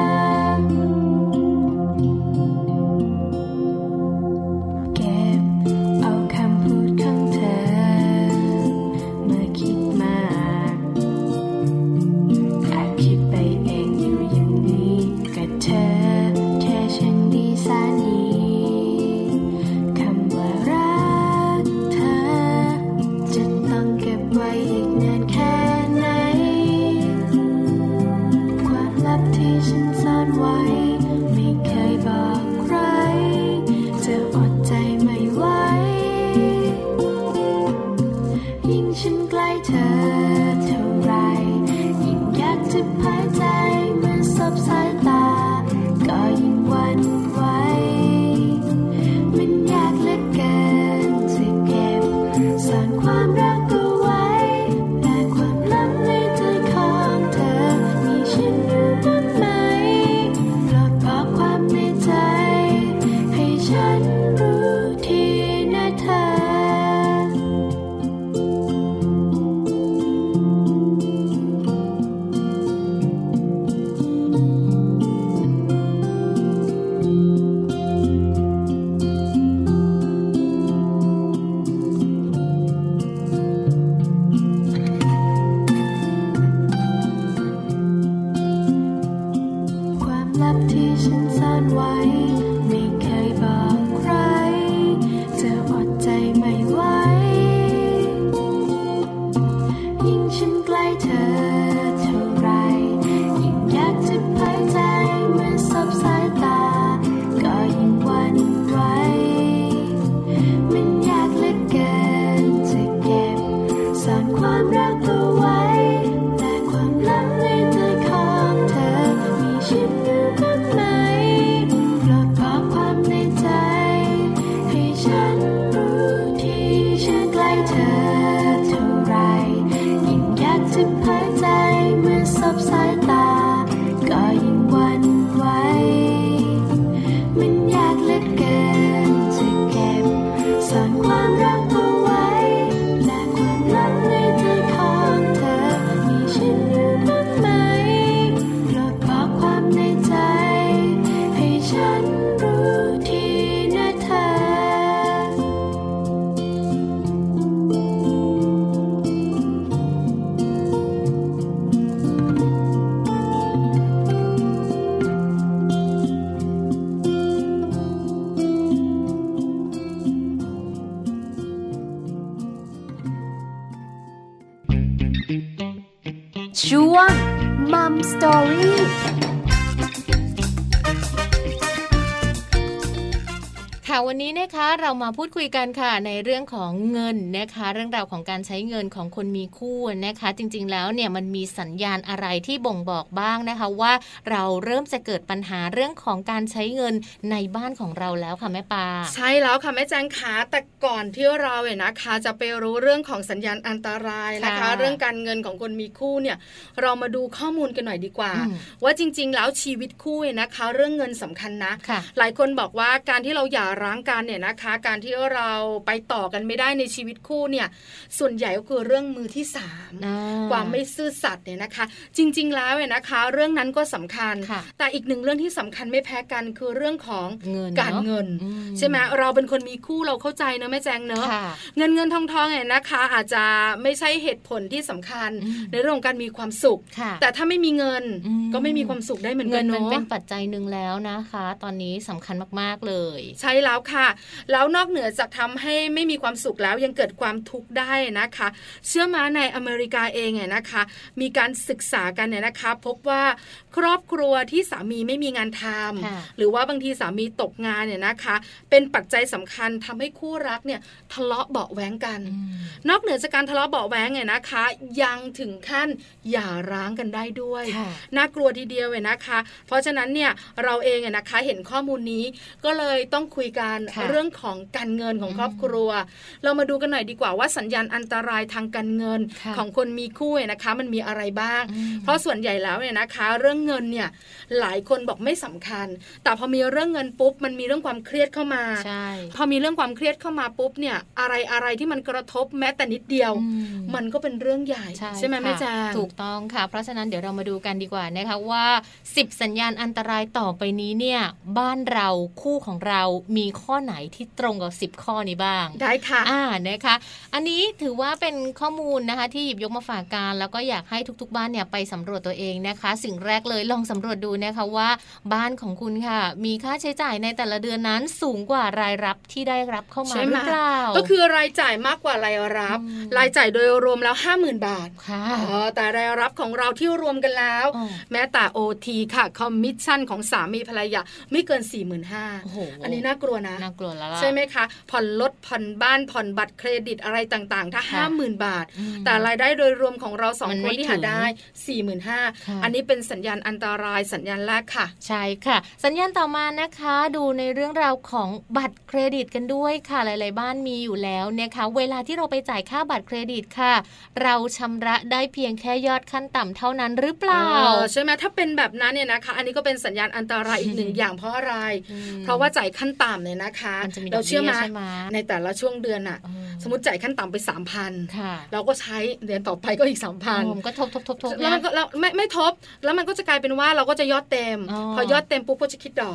เก็บเอาคำพูดของเธอเมื่อคิดมากแอบคิดไปเองอยู่อย่างนี้กับเธอแค่ฉันดีแสนดีคำว่ารักเธอจะต้องเก็บไว้อีกนานแค่ไหนความลับที่ฉันซ่อนไว้ไม่เคยบอกใครจะอดใจไม่ไหวยิ่งฉันใกล้เธอเท่าไรยิ่งอยากจะเผยใจเมื่อสบสายตาก็ยิ่งหวั่นไหวมันยากเหลือเกินจะเก็บซ่อนความรักเอาไว้แต่ความลับในใจของเธอมีฉันอยู่บ้างกที่ฉันซ่อนไว้ไม่เคยบอกใครเธออดใจไม่ไหวยิ่งฉันใกล้เธอเท่าไรยิ่งอยากจะเผยใจเมื่อสบสายตาก็ยิ่งหวั่นไหวมันยากเหลือเกินจะเก็บซ่อนความรักเอาไว้แต่ความลับในใจของเธอมีฉันอยู่บ้างไหมโปรดบอกความในใจให้ฉันรู้ทีฉันใกล้เธอเท่าไรยิ่งอยากจะเผยใจเมื่อสบสายตาก็ยิ่งหวั่นไหวมันยากเหลือเกินจะเก็บซ่อนความรักเอาไว้และความลับในใจของเธอมีฉันอยู่บ้างไหมโปรดบอกความในใจให้ฉันรู้ทีนะเธอช่วงมัมสตอรี่ค่ะวันนี้นะคะเรามาพูดคุยกันค่ะในเรื่องของเงินนะคะเรื่องราวของการใช้เงินของคนมีคู่นะคะจริงๆแล้วเนี่ยมันมีสัญญาณอะไรที่บ่งบอกบ้างนะคะว่าเราเริ่มจะเกิดปัญหาเรื่องของการใช้เงินในบ้านของเราแล้วค่ะแม่ปาใช่แล้วค่ะแม่แจงขาแต่ก่อนที่เราเนี่ยนะคะจะไปรู้เรื่องของสัญญาณอันตรายนะคะเรื่องการเงินของคนมีคู่เนี่ยเรามาดูข้อมูลกันหน่อยดีกว่าว่าจริงๆแล้วชีวิตคู่เนี่ยนะคะเรื่องเงินสำคัญนะหลายคนบอกว่าการที่เราหย่าร้างกันเนี่ยนะคะการที่เราไปต่อกันไม่ได้ในชีวิตคู่เนี่ยส่วนใหญ่ก็คือเรื่องมือที่สามความไม่ซื่อสัตย์เนี่ยนะคะจริงๆแล้วเนี่ยนะคะเรื่องนั้นก็สำคัญแต่อีกหนึ่งเรื่องที่สำคัญไม่แพ้กันคือเรื่องของการเงินใช่ไหมเราเป็นคนมีคู่เราเข้าใจเนอะแม่แจงเนอะเงินเงินทองทองเนี่ยนะคะอาจจะไม่ใช่เหตุผลที่สำคัญในเรื่องของการมีความสุขแต่ถ้าไม่มีเงินก็ไม่มีความสุขได้เหมือนกันเนอะเงินมันเป็นปัจจัยหนึ่งแล้วนะคะตอนนี้สำคัญมากๆเลยใช่แล้วค่ะแล้วนอกเหนือจากทำให้ไม่มีความสุขแล้วยังเกิดความทุกข์ได้นะคะเชื่อมาในอเมริกาเองเนี่ยนะคะมีการศึกษากันเนี่ยนะคะพบว่าครอบครัวที่สามีไม่มีงานทำหรือว่าบางทีสามีตกงานเนี่ยนะคะเป็นปัจจัยสำคัญทำให้คู่รักเนี่ยทะเลาะเบาะแว้งกันนอกเหนือจากการทะเลาะเบาะแว้งเนี่ยนะคะยังถึงขั้นหย่าร้างกันได้ด้วยน่ากลัวทีเดียวเลยนะคะเพราะฉะนั้นเนี่ยเราเองเนี่ยนะคะเห็นข้อมูลนี้ก็เลยต้องคุยกันเรื่องของการเงินของครอบครัวเรามาดูกันหน่อยดีกว่าว่าสัญญาณอันตรายทางการเงินของคนมีคู่เนี่ยนะคะมันมีอะไรบ้างเพราะส่วนใหญ่แล้วเนี่ยนะคะเรื่องเงินเนี่ยหลายคนบอกไม่สำคัญแต่พอมีเรื่องเงินปุ๊บมันมีเรื่องความเครียดเข้ามาพอมีเรื่องความเครียดเข้ามาปุ๊บเนี่ยอะไรอะไรที่มันกระทบแม้แต่นิดเดียวมันก็เป็นเรื่องใหญ่ใช่ไหมแม่จางถูกต้องค่ะเพราะฉะนั้นเดี๋ยวเรามาดูกันดีกว่านะคะว่าสิบสัญญาณอันตรายต่อไปนี้เนี่ยบ้านเราคู่ของเรามีข้อไหนที่ตรงกับสิบข้อนี้บ้างได้ค่ะอ่านะคะอันนี้ถือว่าเป็นข้อมูลนะคะที่หยิบยกมาฝากกันแล้วก็อยากให้ทุกๆบ้านเนี่ยไปสำรวจตัวเองนะคะสิ่งแรกเลยลองสำรวจดูนะคะว่าบ้านของคุณค่ะมีค่าใช้จ่ายในแต่ละเดือนนั้นสูงกว่ารายรับที่ได้รับเข้ามาหรือเปล่าก็คือรายจ่ายมากกว่ารายรับรายจ่ายโดยรวมแล้ว ห้าหมื่น บาทค่ะแต่รายรับของเราที่รวมกันแล้วแม้แต่ โอ ที ค่ะคอมมิชชั่นของสามีภรรยาไม่เกิน สี่หมื่นห้าพัน อันนี้น่ากลัวนะน่ากลัวแล้วใช่ไหมคะผ่อนรถผ่อนบ้านผ่อนบัตรเครดิตอะไรต่างๆถ้า ห้าหมื่น บาทแต่รายได้โดยรวมของเราสองคนที่หาได้ สี่หมื่นห้าพัน อันนี้เป็นสัญญาณอันตรายสัญญาณแรกค่ะใช่ค่ะสัญญาณต่อมานะคะดูในเรื่องราวของบัตรเครดิตกันด้วยค่ะหลายๆบ้านมีอยู่แล้วนะคะเวลาที่เราไปจ่ายค่าบัตรเครดิตค่ะเราชำระได้เพียงแค่ยอดขั้นต่ำเท่านั้นหรือเปล่าใช่ไหมถ้าเป็นแบบนั้นเนี่ยนะคะอันนี้ก็เป็นสัญญาณอันตรายอีกหนึ่งอย่างเพราะอะไรเพราะว่าจ่ายขั้นต่ำเนี่ยนะคะเราเชื่อมาในแต่ละช่วงเดือนอะสมมติจ่ายขั้นต่ำไป สามพัน เราก็ใช้เดือนต่อไปก็อีก สามพันก็ทบๆๆๆแล้วมันก็แล้วไม่ไม่ทบแล้วมันก็จะกลายเป็นว่าเราก็จะยอดเต็มพอยอดเต็มปุ๊บก็จะคิดดอก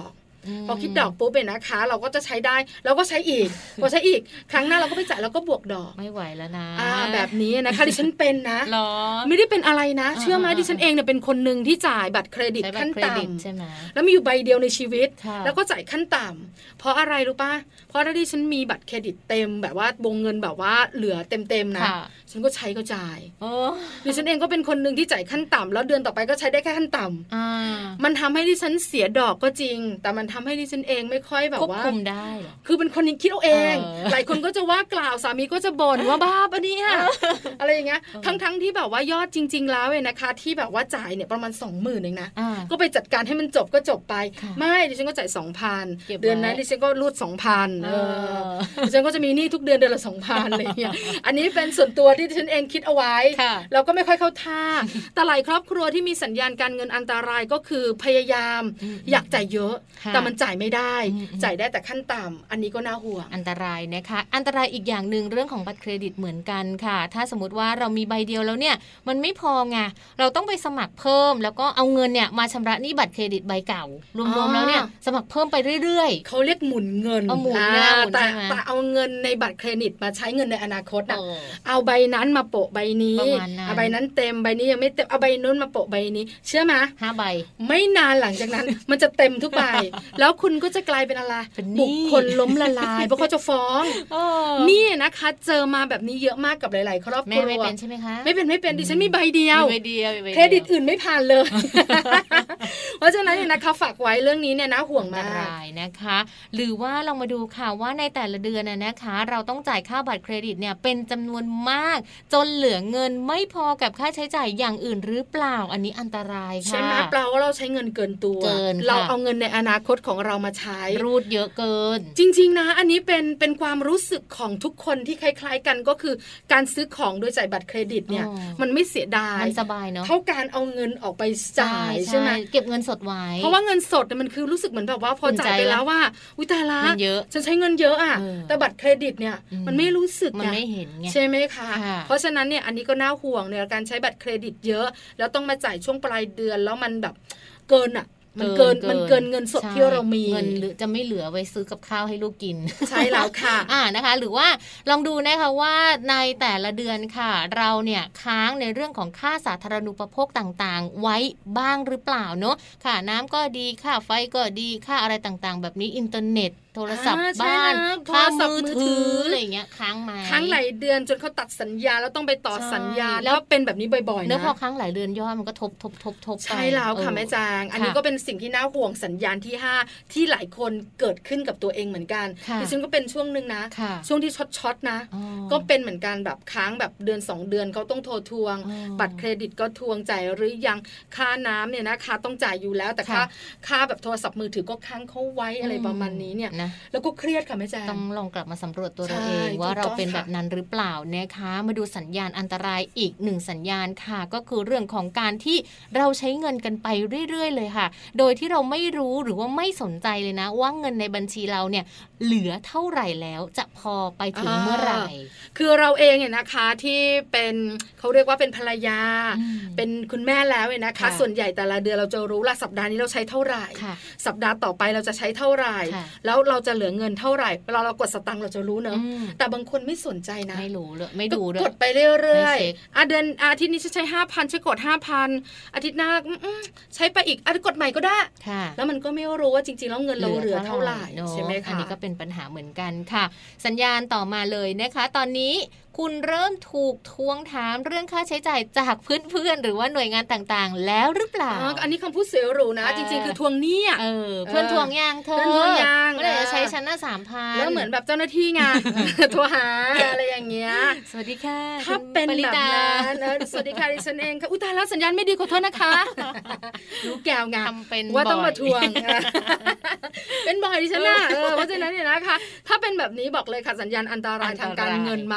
พอคิดดอกปุ๊บเนี่ยนะคะเราก็จะใช้ได้แล้วก็ใช้อีกพอใช้อีกครั้งหน้าเราก็ไปจ่ายแล้วก็บวกดอกไม่ไหวแล้วนะอ่าแบบนี้นะคะดิฉันเป็นนะหรอไม่ได้เป็นอะไรนะเชื่อไหมดิฉันเองเนี่ยเป็นคนนึงที่จ่ายบัตรเครดิตขั้นต่ำใช่ไหมแล้วมีอยู่ใบเดียวในชีวิตแล้วก็จ่ายขั้นต่ำเพราะอะไรรู้ป่ะเพราะถ้าดิฉันมีบัตรเครดิตเต็มแบบว่าวงเงินแบบว่าเหลือเต็มๆนะฉันก็ใช้ก็จ่ายดิฉันเองก็เป็นคนนึงที่จ่ายขั้นต่ำแล้วเดือนต่อไปก็ใช้ได้แค่ขั้นต่ำมันทำให้ดิฉันเสียดอกก็จริงแต่มันทำให้ดิฉันเองไม่ค่อยแบบว่าควบคุมได้คือเป็นคนคิดเอาเองหลายคนก็จะว่ากล่าวสามีก็จะบ่นว่าบ้าปะเนี่ยอะไรอย่างเงี้ยทั้งๆที่แบบว่ายอดจริงๆแล้วเนี่ยนะคะที่แบบว่าจ่ายเนี่ยประมาณ สองหมื่น เองนะก็ไปจัดการให้มันจบก็จบไปไม่ดิฉันก็จ่าย สองพัน เดือนนั้นดิฉันก็รูด สองพัน เออดิฉันก็จะมีหนี้ทุกเดือนเดือนละ สองพัน อะไรอย่างเงี้ยอันนี้เป็นส่วนตัวที่ดิฉันเองคิดเอาไว้แล้วก็ไม่ค่อยเข้าท่าแต่หลายครอบครัวที่มีสัญญาณการเงินอันตรายก็คือพยายามอยากจ่ายเยอะแต่มันจ่ายไม่ได้จ่ายได้แต่ขั้นต่ำอันนี้ก็น่าห่วงอันตรายนะคะอันตรายอีกอย่างนึงเรื่องของบัตรเครดิตเหมือนกันค่ะถ้าสมมติว่าเรามีใบเดียวแล้วเนี่ยมันไม่พอไงเราต้องไปสมัครเพิ่มแล้วก็เอาเงินเนี่ยมาชำระหนี้บัตรเครดิตใบเก่ารวมๆแล้วเนี่ยสมัครเพิ่มไปเรื่อยๆเขาเรียกหมุนเงินเอาหมุนแต่แต่เอาเงินในบัตรเครดิตมาใช้เงินในอนาคตนะเอาใบนั้นมาโปะใบนี้เอาใบนั้นเต็มใบนี้ยังไม่เต็มเอาใบนู้นมาโปะใบนี้เชื่อไหมห้าใบไม่นานหลังจากนั้นมันจะเต็มทุกใบแล้วคุณก็จะกลายเป็นอะไรบุคคลล้มละลายเพราะเขาจะฟ้องนี่นะคะเจอมาแบบนี้เยอะมากกับหลายๆครอบครัวไม่เป็นใช่ไหมคะไม่เป็นไม่เป็นดิฉันมีใบเดียวเครดิตอื่นไม่ผ่านเลยเพราะฉะนั้นเนี่ยนะคะฝากไว้เรื่องนี้เนี่ยนะห่วงมากนะคะหรือว่าลองมาดูค่ะว่าในแต่ละเดือนน่ะนะคะเราต้องจ่ายค่าบัตรเครดิตเนี่ยเป็นจำนวนมากจนเหลือเงินไม่พอกับค่าใช้จ่ายอย่างอื่นหรือเปล่าอันนี้อันตรายค่ะใช่ไหมเปล่าว่าเราใช้เงินเกินตัวเราเอาเงินในอนาคตของเรามาใช้รูดเยอะเกินจริงๆนะอันนี้เป็นเป็นความรู้สึกของทุกคนที่คล้ายๆกันก็คือการซื้อของโดยจ่ายบัตรเครดิตเนี่ยมันไม่เสียดายมันสบายเนาะเท่าการเอาเงินออกไปจ่ายใช่ไหมเก็บเงินสดไว้เพราะว่าเงินสดมันคือรู้สึกเหมือนแบบว่าพอจ่ายไปแล้วว่าอุ๊ยตายละฉันใช้เงินเยอะอ่ะแต่บัตรเครดิตเนี่ยมันไม่รู้สึกมันไม่เห็นไงใช่ไหมคะเพราะฉะนั้นเนี่ยอันนี้ก็น่าห่วงในการใช้บัตรเครดิตเยอะแล้วต้องมาจ่ายช่วงปลายเดือนแล้วมันแบบเกินอ่ะมันเกินมันเกินเงินสดที่เรามีเงินหรือจะไม่เหลือไว้ซื้อกับข้าวให้ลูกกินใช่แล้วค่ะอ่านะคะหรือว่าลองดูนะคะว่าในแต่ละเดือนค่ะเราเนี่ยค้างในเรื่องของค่าสาธารณูปโภคต่างๆไว้บ้างหรือเปล่าเนาะค่าน้ำก็ดีค่าไฟก็ดีค่าอะไรต่างๆแบบนี้อินเทอร์เน็ตโทรศัพท์บ้านค่ามือถืออะไรอย่างเงี้ยค้างมาค้างหลายเดือนจนเขาตัดสัญญาแล้วต้องไปต่อสัญญาแล้วเป็นแบบนี้บ่อยๆนะแล้วพอค้างหลายเดือนยอดมันก็ทบทบทบทบใช่แล้วค่ะแม่จางอันนี้ก็เป็นสิ่งที่น่าห่วงสัญญาณที่ห้าที่หลายคนเกิดขึ้นกับตัวเองเหมือนกันดิฉันก็เป็นช่วงนึงนะช่วงที่ช็อตๆนะก็เป็นเหมือนกันแบบค้างแบบเดือนสองเดือนเขาต้องโทรทวงบัตรเครดิตก็ทวงจ่ายหรือยังค่าน้ำเนี่ยนะคะต้องจ่ายอยู่แล้วแต่ค่าค่าแบบโทรศัพท์มือถือก็ค้างเขาไว้อะไรประมาณนี้เนี่ยแล้วก็เครียดค่ะแม่แจงต้องลองกลับมาสำรวจตัวเราเองว่าเราเป็นแบบนั้นหรือเปล่านะคะมาดูสัญญาณอันตรายอีกหนึ่งสัญญาณค่ะก็คือเรื่องของการที่เราใช้เงินกันไปเรื่อยๆเลยค่ะโดยที่เราไม่รู้หรือว่าไม่สนใจเลยนะว่าเงินในบัญชีเราเนี่ยเหลือเท่าไหร่แล้วจะพอไปถึงเมื่อไหร่คือเราเองเนี่ยนะคะที่เป็นเขาเรียกว่าเป็นภรรยาเป็นคุณแม่แล้วเนี่ยนะคะส่วนใหญ่แต่ละเดือนเราจะรู้ละสัปดาห์นี้เราใช้เท่าไหร่สัปดาห์ต่อไปเราจะใช้เท่าไหร่แล้วเราจะเหลือเงินเท่าไหร่เวลาเรากดสตังค์เราจะรู้เนอะแต่บางคนไม่สนใจนะไม่รู้เลยไม่ดูเลยกดไปเรื่อยๆอ่ะเดือนอาทิตย์นี้จะใช้ห้าพันใช้กดห้าพันอาทิตย์หน้าใช้ไปอีกอาทิตย์กดใหม่ก็ได้แล้วมันก็ไม่รู้ว่าจริงๆแล้วเงินเราเหลือเท่าไหร่ใช่ไหมคะอันนี้ก็เป็นปัญหาเหมือนกันค่ะสัญญาณต่อมาเลยนะคะตอนนี้คุณเริ่มถูกทวงถามเรื่องค่าใช้จ่ายจากเพื่อนๆหรือว่าหน่วยงานต่างๆแล้วหรือเปล่าอ๋ออันนี้คำพูดเสียหรูนะจริงๆคือทวงหนี้อ่ะเออเพื่อนทวงยังเธอเพื่อนทวงยังเมื่อไหร่จะใช้ชั้นละสามพันแล้วเหมือนแบบเจ้าหน้าที่ไงโทรหาอะไรอย่างเงี้ยสวัสดีค่ะถ้าเป็นแบบนั้นสวัสดีค่ะดิฉันเองค่ะอุยตายแล้วสัญญาณไม่ดีขอโทษนะคะรู้แก้วไงว่าต้องมาทวงเป็นบ่อยดิฉันน่ะเพราะฉะนั้นเนี่ยนะคะถ้าเป็นแบบนี้บอกเลยค่ะสัญญาณอันตรายทางการเงินมาละ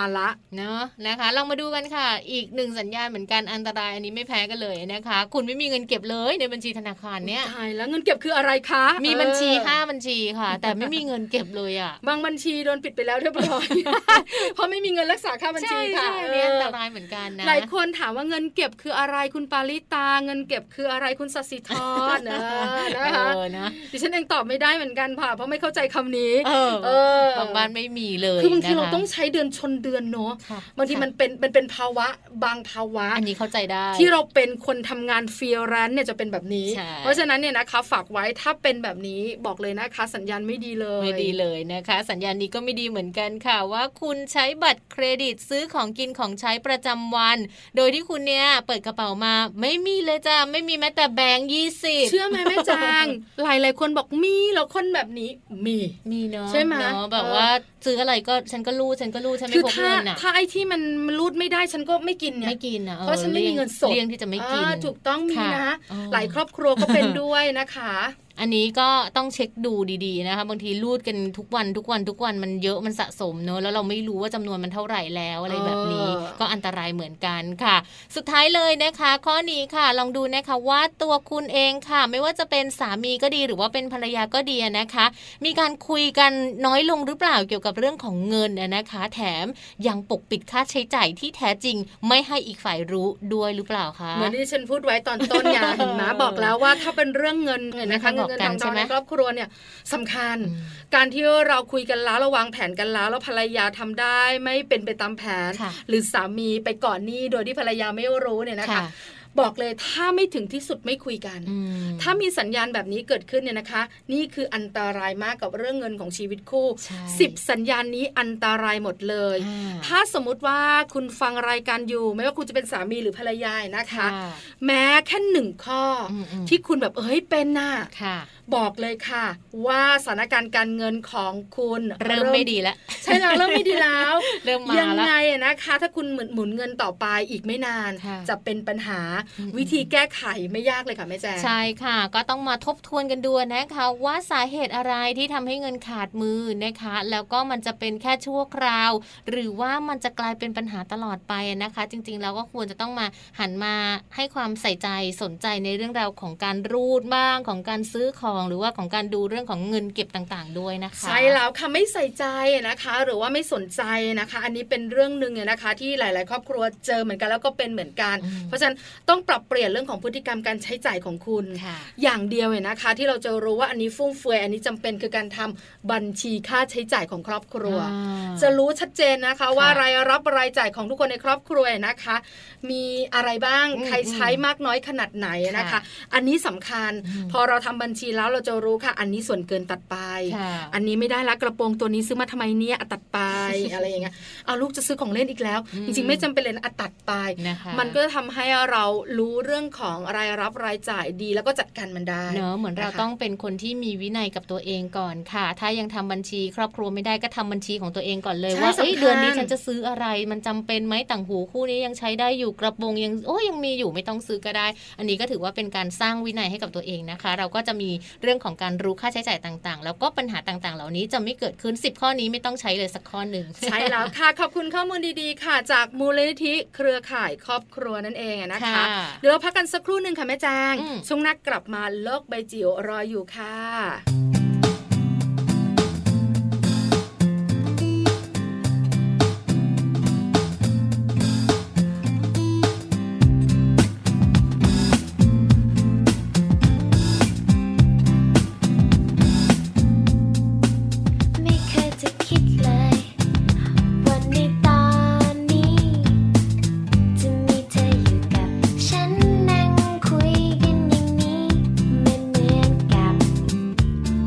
เนาะนะคะลองมาดูกันค่ะอีกหนึ่งสัญญาณเหมือนกันอันตรายอันนี้ไม่แพ้กันเลยนะคะคุณไม่มีเงินเก็บเลยในบัญชีธนาคารเนี่ยใช่แล้วเงินเก็บคืออะไรคะมีบัญชีห้าบัญชีค่ะแต่ไม่มีเงินเก็บเลยอ่ะบางบัญชีโดนปิดไปแล้วเรียบร้อย เพราะไม่มีเงินรักษาค่าบัญชีค่ะอันนี้อันตรายเหมือนกันนะหลายคนถามว่าเงินเก็บคืออะไรคุณปาริตาเงินเก็บคืออะไรคุณศศิธรเนอะนะคะดิฉันเองตอบไม่ได้เหมือนกันค่ะเพราะไม่เข้าใจคำนี้เออบางบ้านไม่มีเลยคือบางทีเราต้องใช้เดือนชนเดือนเนาะบางทีมันเป็นมันเป็นภาวะบางภาวะอันนี้เข้าใจได้ที่เราเป็นคนทำงานฟรีแลนซ์เนี่ยจะเป็นแบบนี้เพราะฉะนั้นเนี่ยนะคะฝากไว้ถ้าเป็นแบบนี้บอกเลยนะคะสัญญาณไม่ดีเลยไม่ดีเลยนะคะสัญญาณนี้ก็ไม่ดีเหมือนกันค่ะว่าคุณใช้บัตรเครดิตซื้อของกินของใช้ประจำวันโดยที่คุณเนี่ยเปิดกระเป๋ามาไม่มีเลยจ้ะไม่มีแม้แต่แบงค์ยี่สิบเชื่อไหมแม่จางหลายหลายคนบอกมีแล้วคนแบบนี้มีมีเนาะใช่ไหมแบบว่าซื้ออะไรก็ฉันก็รูดฉันก็รูดฉันไม่พกเงินอ่ะถ้าไอ้ที่มันรูดไม่ได้ฉันก็ไม่กินเนี่ยไม่กินนะเพราะฉันไม่มีเงินสดเลี่ยงที่จะไม่กินถูกต้องมีนะหลายครอบครัวก็เป็นด้วยนะคะอันนี้ก็ต้องเช็คดูดีๆนะคะบางทีรูดกันทุกวันทุกวันทุกวันมันเยอะมันสะสมเนอะแล้วเราไม่รู้ว่าจำนวนมันเท่าไหร่แล้วอะไรแบบนี้ก็อันตรายเหมือนกันค่ะสุดท้ายเลยนะคะข้อนี้ค่ะลองดูนะคะว่าตัวคุณเองค่ะไม่ว่าจะเป็นสามีก็ดีหรือว่าเป็นภรรยาก็ดีนะคะมีการคุยกันน้อยลงหรือเปล่าเกี่ยวกับเรื่องของเงินนะคะแถมยังปกปิดค่าใช้จ่ายที่แท้จริงไม่ให้อีกฝ่ายรู้ด้วยหรือเปล่าคะเหมือนที่ฉันพูดไว้ตอนต้นอย่าเห็นไหมบอกแล้วว่าถ้าเป็นเรื่องเงินนะคะเงินทองในครอบครัวเนี่ยสำคัญการที่เราคุยกันแล้วเราวางแผนกันแล้วแล้วภรรยาทำได้ไม่เป็นไปตามแผนหรือสามีไปก่อนหนี้โดยที่ภรรยาไม่รู้เนี่ยนะคะบอกเลยถ้าไม่ถึงที่สุดไม่คุยกันถ้ามีสัญญาณแบบนี้เกิดขึ้นเนี่ยนะคะนี่คืออันตรายมากกับเรื่องเงินของชีวิตคู่สิบสัญญาณนี้อันตรายหมดเลยถ้าสมมุติว่าคุณฟังรายการอยู่ไม่ว่าคุณจะเป็นสามีหรือภรรยานะคะแม้แค่หนึ่งข้อที่คุณแบบเอ้ยเป็นน่ะบอกเลยค่ะว่าสถานการณ์การเงินของคุณเริ่มไม่ดีแล้วใช่แล้วเริ่มไม่ดีแล้วเริ่มมาแล้วยังไงนะคะถ้าคุณหมุนหมุนเงินต่อไปอีกไม่นานจะเป็นปัญหาวิธีแก้ไขไม่ยากเลยค่ะแม่แจ้งใช่ค่ะก็ต้องมาทบทวนกันดูนะคะว่าสาเหตุอะไรที่ทำให้เงินขาดมือนะคะแล้วก็มันจะเป็นแค่ชั่วคราวหรือว่ามันจะกลายเป็นปัญหาตลอดไปนะคะจริงๆแล้วก็ควรจะต้องมาหันมาให้ความใส่ใจสนใจในเรื่องราวของการรูดบ้างของการซื้อของหรือว่าของการดูเรื่องของเงินเก็บต่างๆด้วยนะคะใช่แล้วค่ะไม่ใส่ใจนะคะหรือว่าไม่สนใจนะคะอันนี้เป็นเรื่องนึงเนี่ยนะคะที่หลายๆครอบครัวเจอเหมือนกันแล้วก็เป็นเหมือนกันเพราะฉะนั้นต้องปรับเปลี่ยนเรื่องของพฤติกรรมการใช้จ่ายของคุณอย่างเดียวเนี่ยนะคะที่เราจะรู้ว่าอันนี้ฟุ่มเฟือยอันนี้จำเป็นคือการทำบัญชีค่าใช้จ่ายของครอบครัวจะรู้ชัดเจนนะคะว่ารายรับรายจ่ายของทุกคนในครอบครัวนะคะมีอะไรบ้างใครใช้มากน้อยขนาดไหนนะคะอันนี้สำคัญพอเราทำบัญชีแล้วเราจะรู้ค่ะอันนี้ส่วนเกินตัดไปอันนี้ไม่ได้ละกระโปรงตัวนี้ซื้อมาทำไมเนี่ยตัดไป อะไรอย่างเงี้ยเอาลูกจะซื้อของเล่นอีกแล้วจริงๆไม่จำเป็นเลยนะตัดไปมันก็จะทำให้เรารู้เรื่องของรายรับรายจ่ายดีแล้วก็จัดการมันได้เนอะเหมือนเราต้องเป็นคนที่มีวินัยกับตัวเองก่อนค่ะถ้ายังทำบัญชีครอบครัวไม่ได้ก็ทำบัญชีของตัวเองก่อนเลยว่าเดือนนี้ฉันจะซื้ออะไรมันจำเป็นไหมต่างหูคู่นี้ยังใช้ได้อยู่กระโปรงยังโอ้ยังมีอยู่ไม่ต้องซื้อก็ได้อันนี้ก็ถือว่าเป็นการสร้างวินัยให้กับตัวเองนะคะเราก็จะมีเรื่องของการรู้ค่าใช้จ่ายต่างๆแล้วก็ปัญหาต่างๆเหล่านี้จะไม่เกิดขึ้นสิบข้อนี้ไม่ต้องใช้เลยสักข้อนึงใช่แล้วค่ะขอบคุณข้อมูลดีๆค่ะจากมูลนิธิเครือข่ายครอบครัวนั่นเองนะคะเดี๋ยวเราพักกันสักครู่นึงค่ะแม่แจ้งช่วงหน้ากลับมาโลกใบจิ๋วรออยู่ค่ะเ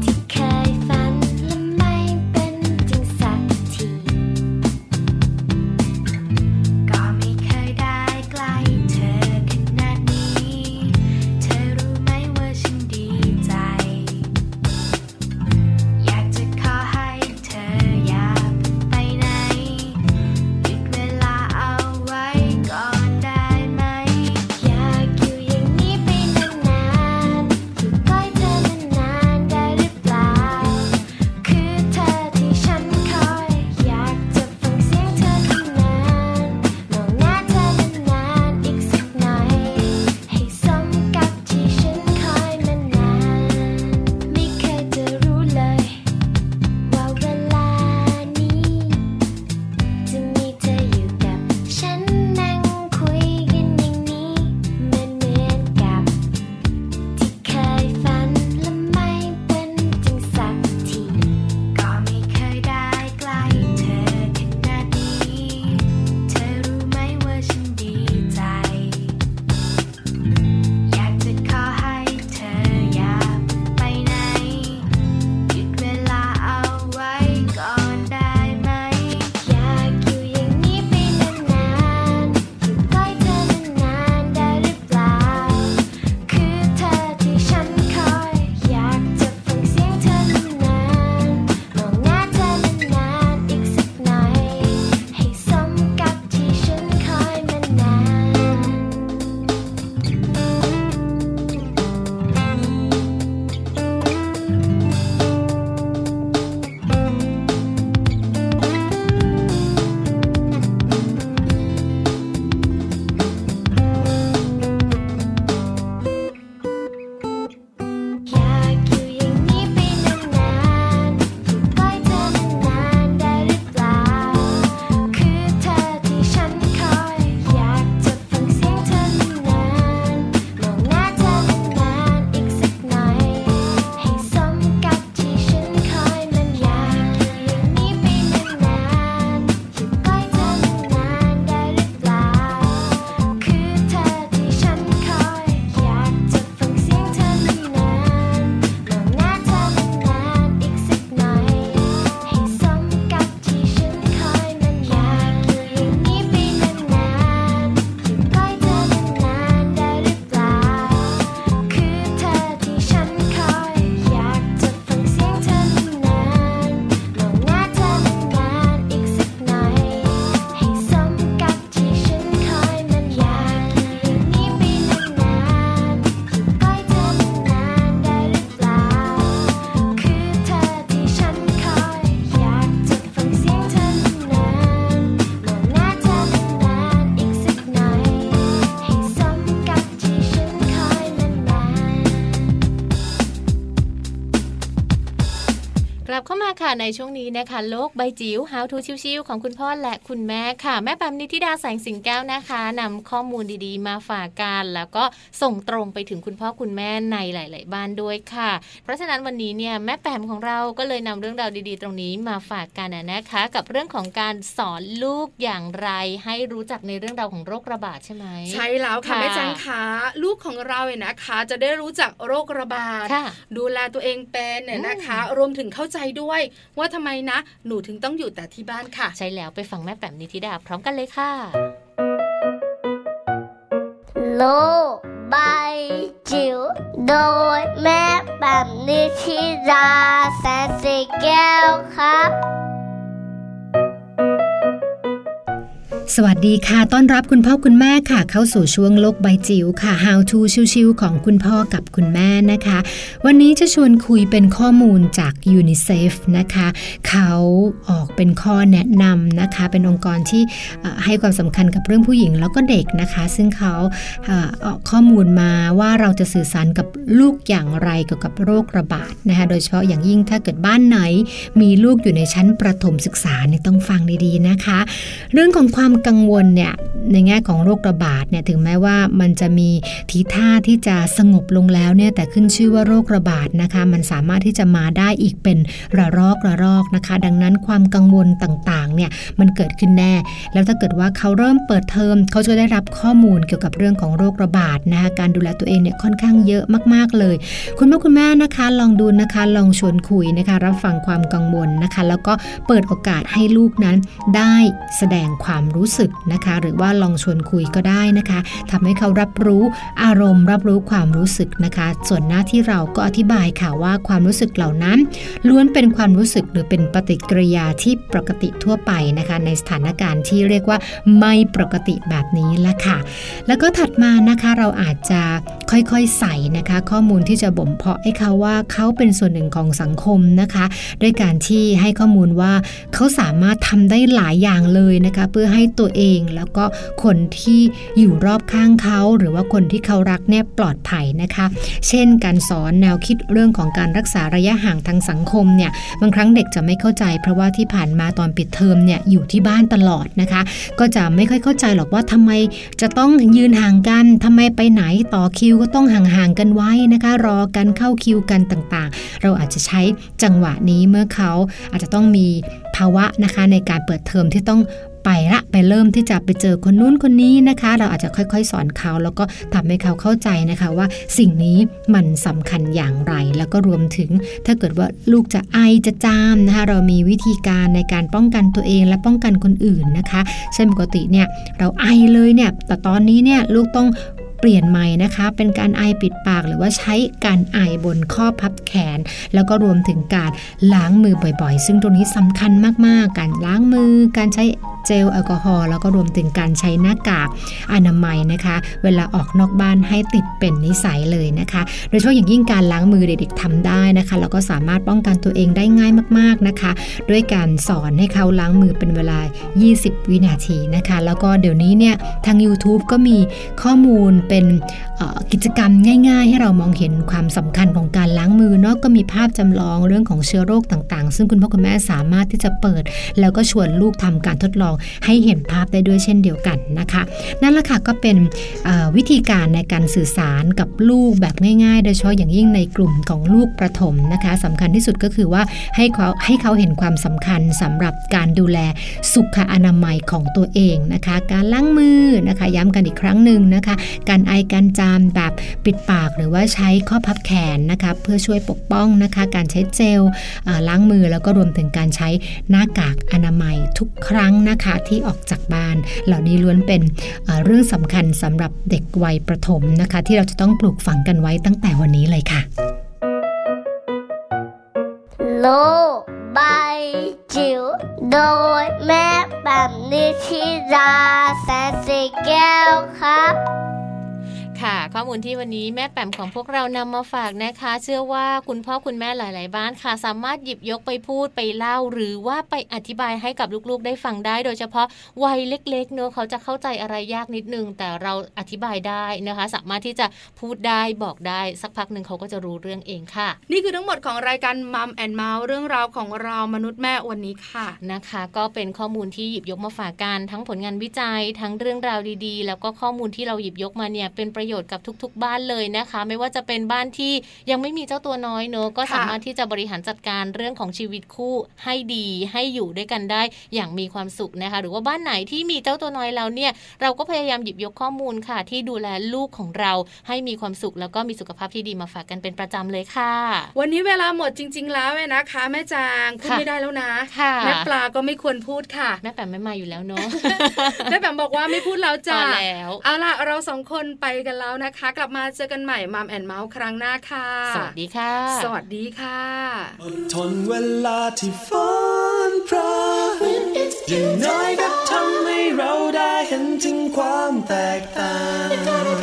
กลับเข้ามาค่ะในช่วงนี้นะคะโลกใบจิ๋ว How to ชิวๆของคุณพ่อและคุณแม่ค่ะแม่แปมนิธิดาแสงสิงแก้วนะคะนำข้อมูลดีๆมาฝากกันแล้วก็ส่งตรงไปถึงคุณพ่อคุณแม่ในหลายๆบ้านด้วยค่ะเพราะฉะนั้นวันนี้เนี่ยแม่แปมของเราก็เลยนำเรื่องราวดีๆตรงนี้มาฝากกันนะคะกับเรื่องของการสอนลูกอย่างไรให้รู้จักในเรื่องราวของโรคระบาดใช่ไหมใช่แล้วค่ะแม่แจ้งค่ะลูกของเราเนี่ยนะคะจะได้รู้จักโรคระบาดดูแลตัวเองเป็นเนี่ยนะคะรวมถึงเข้าใจด้วยว่าทำไมนะหนูถึงต้องอยู่แต่ที่บ้านค่ะใช่แล้วไปฟังแม่แปมนิธิดาพร้อมกันเลยค่ะโลกใบจิ๋วโดยแม่แปมนิธิดาแสนสีแก้วครับสวัสดีค่ะต้อนรับคุณพ่อคุณแม่ค่ะเข้าสู่ช่วงโลกใบจิ๋วค่ะ How to ชิวๆของคุณพ่อกับคุณแม่นะคะวันนี้จะชวนคุยเป็นข้อมูลจาก ยูนิเซฟ นะคะเขาออกเป็นข้อแนะนำนะคะเป็นองค์กรที่ให้ความสำคัญกับเรื่องผู้หญิงแล้วก็เด็กนะคะซึ่งเขาออกข้อมูลมาว่าเราจะสื่อสารกับลูกอย่างไรเกี่ยวกับโรคระบาดนะคะโดยเฉพาะอย่างยิ่งถ้าเกิดบ้านไหนมีลูกอยู่ในชั้นประถมศึกษาเนี่ยต้องฟังดีๆนะคะเรื่องของความกังวลเนี่ยในแง่ของโรคระบาดเนี่ยถึงแม้ว่ามันจะมีทีท่าที่จะสงบลงแล้วเนี่ยแต่ขึ้นชื่อว่าโรคระบาดนะคะมันสามารถที่จะมาได้อีกเป็นระลอกระลอกนะคะดังนั้นความกังวลต่างๆเนี่ยมันเกิดขึ้นแน่แล้วถ้าเกิดว่าเขาเริ่มเปิดเทอมเขาจะได้รับข้อมูลเกี่ยวกับเรื่องของโรคระบาดนะคะการดูแลตัวเองเนี่ยค่อนข้างเยอะมากๆเลยคุณพ่อคุณแม่นะคะลองดูนะคะลองชวนคุยนะคะรับฟังความกังวลนะคะแล้วก็เปิดโอกาสให้ลูกนั้นได้แสดงความรู้สึกนะคะหรือว่าลองชวนคุยก็ได้นะคะทำให้เขารับรู้อารมณ์รับรู้ความรู้สึกนะคะส่วนหน้าที่เราก็อธิบายค่ะว่าความรู้สึกเหล่านั้นล้วนเป็นความรู้สึกหรือเป็นปฏิกิริยาที่ปกติทั่วไปนะคะในสถานการณ์ที่เรียกว่าไม่ปกติแบบนี้ละค่ะแล้วก็ถัดมานะคะเราอาจจะค่อยๆใส่นะคะข้อมูลที่จะบ่มเพาะให้เขาว่าเขาเป็นส่วนหนึ่งของสังคมนะคะด้วยการที่ให้ข้อมูลว่าเขาสามารถทำได้หลายอย่างเลยนะคะเพื่อให้ตัวเองแล้วก็คนที่อยู่รอบข้างเขาหรือว่าคนที่เขารักเนี่ยปลอดภัยนะคะเช่นการสอนแนวคิดเรื่องของการรักษาระยะห่างทางสังคมเนี่ยบางครั้งเด็กจะไม่เข้าใจเพราะว่าที่ผ่านมาตอนปิดเทอมเนี่ยอยู่ที่บ้านตลอดนะคะก็จะไม่ค่อยเข้าใจหรอกว่าทำไมจะต้องยืนห่างกันทำไมไปไหนต่อคิวก็ต้องห่างๆกันไว้นะคะรอกันเข้าคิวกันต่างๆเราอาจจะใช้จังหวะนี้เมื่อเขาอาจจะต้องมีภาวะนะคะในการเปิดเทอมที่ต้องไปละไปเริ่มที่จะไปเจอคนนู้นคนนี้นะคะเราอาจจะค่อยๆสอนเขาแล้วก็ทำให้เขาเข้าใจนะคะว่าสิ่งนี้มันสำคัญอย่างไรแล้วก็รวมถึงถ้าเกิดว่าลูกจะไอจะจามนะคะเรามีวิธีการในการป้องกันตัวเองและป้องกันคนอื่นนะคะเช่นปกติเนี่ยเราไอเลยเนี่ยแต่ตอนนี้เนี่ยลูกต้องเปลี่ยนใหม่นะคะเป็นการไอปิดปากหรือว่าใช้การไอบนข้อพับแขนแล้วก็รวมถึงการล้างมือบ่อยๆซึ่งตรงนี้สำคัญมากๆการล้างมือการใช้เจลแอลกอฮอล์แล้วก็รวมถึงการใช้หน้ากากอนามัยนะคะเวลาออกนอกบ้านให้ติดเป็นนิสัยเลยนะคะโดยเฉพาะอย่างยิ่งการล้างมือเด็กๆทำได้นะคะแล้วก็สามารถป้องกันตัวเองได้ง่ายมากๆนะคะด้วยการสอนให้เขาล้างมือเป็นเวลายี่สิบวินาทีนะคะแล้วก็เดี๋ยวนี้เนี่ยทาง YouTube ก็มีข้อมูลเป็นกิจกรรมง่ายๆให้เรามองเห็นความสำคัญของการล้างมือเนาะก็มีภาพจำลองเรื่องของเชื้อโรคต่างๆซึ่งคุณพ่อคุณแม่สามารถที่จะเปิดแล้วก็ชวนลูกทำการทดลองให้เห็นภาพได้ด้วยเช่นเดียวกันนะคะนั่นแหละค่ะก็เป็นวิธีการในการสื่อสารกับลูกแบบง่ายๆโดยเฉพาะอย่างยิ่งในกลุ่มของลูกประถมนะคะสำคัญที่สุดก็คือว่าให้เขาให้เขาเห็นความสำคัญสำหรับการดูแลสุขอนามัยของตัวเองนะคะการล้างมือนะคะย้ำกันอีกครั้งหนึ่งนะคะการไอการจามแบบปิดปากหรือว่าใช้ข้อพับแขนนะคะเพื่อช่วยปกป้องนะคะการใช้เจลล้างมือแล้วก็รวมถึงการใช้หน้ากากอนามัยทุกครั้งนะคะที่ออกจากบ้านเหล่านี้ล้วนเป็นเรื่องสำคัญสำหรับเด็กวัยประถมนะคะที่เราจะต้องปลูกฝังกันไว้ตั้งแต่วันนี้เลยค่ะโลกใบจิ๋วโดยแม่แบบนิธิดาแสนสีแก้วครับค่ะข้อมูลที่วันนี้แม่แป๋มของพวกเรานำมาฝากนะคะเชื่อว่าคุณพ่อคุณแม่หลายๆบ้านค่ะสามารถหยิบยกไปพูดไปเล่าหรือว่าไปอธิบายให้กับลูกๆได้ฟังได้โดยเฉพาะวัยเล็กๆเนอะเขาจะเข้าใจอะไรยากนิดนึงแต่เราอธิบายได้นะคะสามารถที่จะพูดได้บอกได้สักพักนึงเขาก็จะรู้เรื่องเองค่ะนี่คือทั้งหมดของรายการมัมแอนด์เมาส์เรื่องราวของเรามนุษย์แม่วันนี้ค่ะนะคะก็เป็นข้อมูลที่หยิบยกมาฝากกันทั้งผลงานวิจัยทั้งเรื่องราวดีๆแล้วก็ข้อมูลที่เราหยิบยกมาเนี่ยเป็นประโยชน์กับทุกๆบ้านเลยนะคะไม่ว่าจะเป็นบ้านที่ยังไม่มีเจ้าตัวน้อยเนอะก็สามารถที่จะบริหารจัดการเรื่องของชีวิตคู่ให้ดีให้อยู่ด้วยกันได้อย่างมีความสุขนะคะหรือว่าบ้านไหนที่มีเจ้าตัวน้อยแล้วเนี่ยเราก็พยายามหยิบยกข้อมูลค่ะที่ดูแลลูกของเราให้มีความสุขแล้วก็มีสุขภาพที่ดีมาฝากกันเป็นประจำเลยค่ะวันนี้เวลาหมดจริงๆแล้วนะคะแม่จางพูดไม่ได้แล้วนะแม่ปลาก็ไม่ควรพูดค่ะแม่แป๋มไม่มาอยู่แล้วเนาะแม่แป๋มบอกว่าไม่พูดแล้วจ้าแล้วเอาล่ะเราสองคนไปกันแล้วนะคะกลับมาเจอกันใหม่มัมแอนด์เมาส์ครั้งหน้าค่ะสวัสดีค่ะสวัสดีค่ะอดทนเวลาที่ฝนพรำอย่างน้อยก็ทำให้เราได้เห็นถึงความแตกต่าง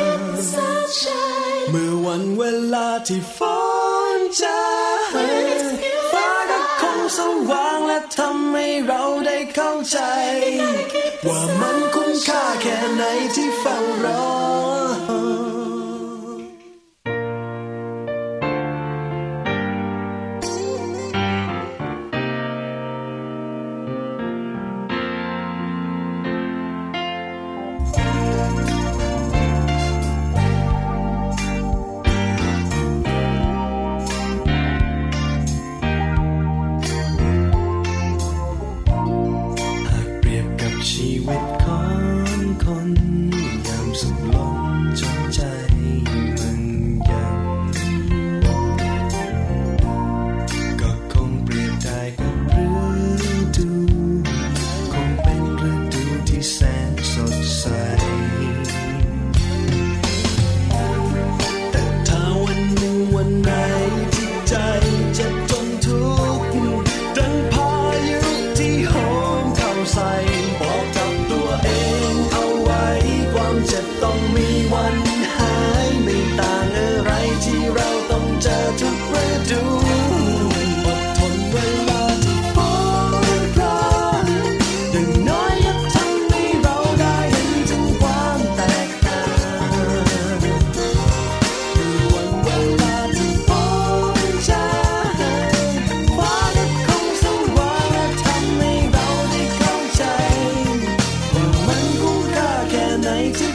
เมื่อวันเวลาที่ฝนจะฟ้าก็คงสว่างและทำให้เราได้เข้าใจว่ามันคุ้มค่าแค่ไหนที่เฝ้ารอชีวิตของคนยามสุขล้นจนใจมันยังก็คงเปรียบได้กับฤดูคงเป็นฤดูที่แสนสดใสแต่ถ้าวันหนึ่งวันไหนที่ใจเจ็บจนทุกข์ดังพายุที่โหมเข้าใส่จะต้องมีวันหายไม่ต่างอะไรที่เราต้องเจอทุกฤดูอดทนเวลาที่ฝนพรำอย่างน้อยก็ทำให้เราได้เห็นถึงความแตกต่างวันเวลาที่ฝนจะฟ้าก็คงสว่างและทำให้เราได้เข้าใจว่ามันคุ้มค่าแค่ไหนที่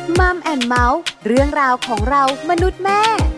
มัมแอนเมาส์เรื่องราวของเรามนุษย์แม่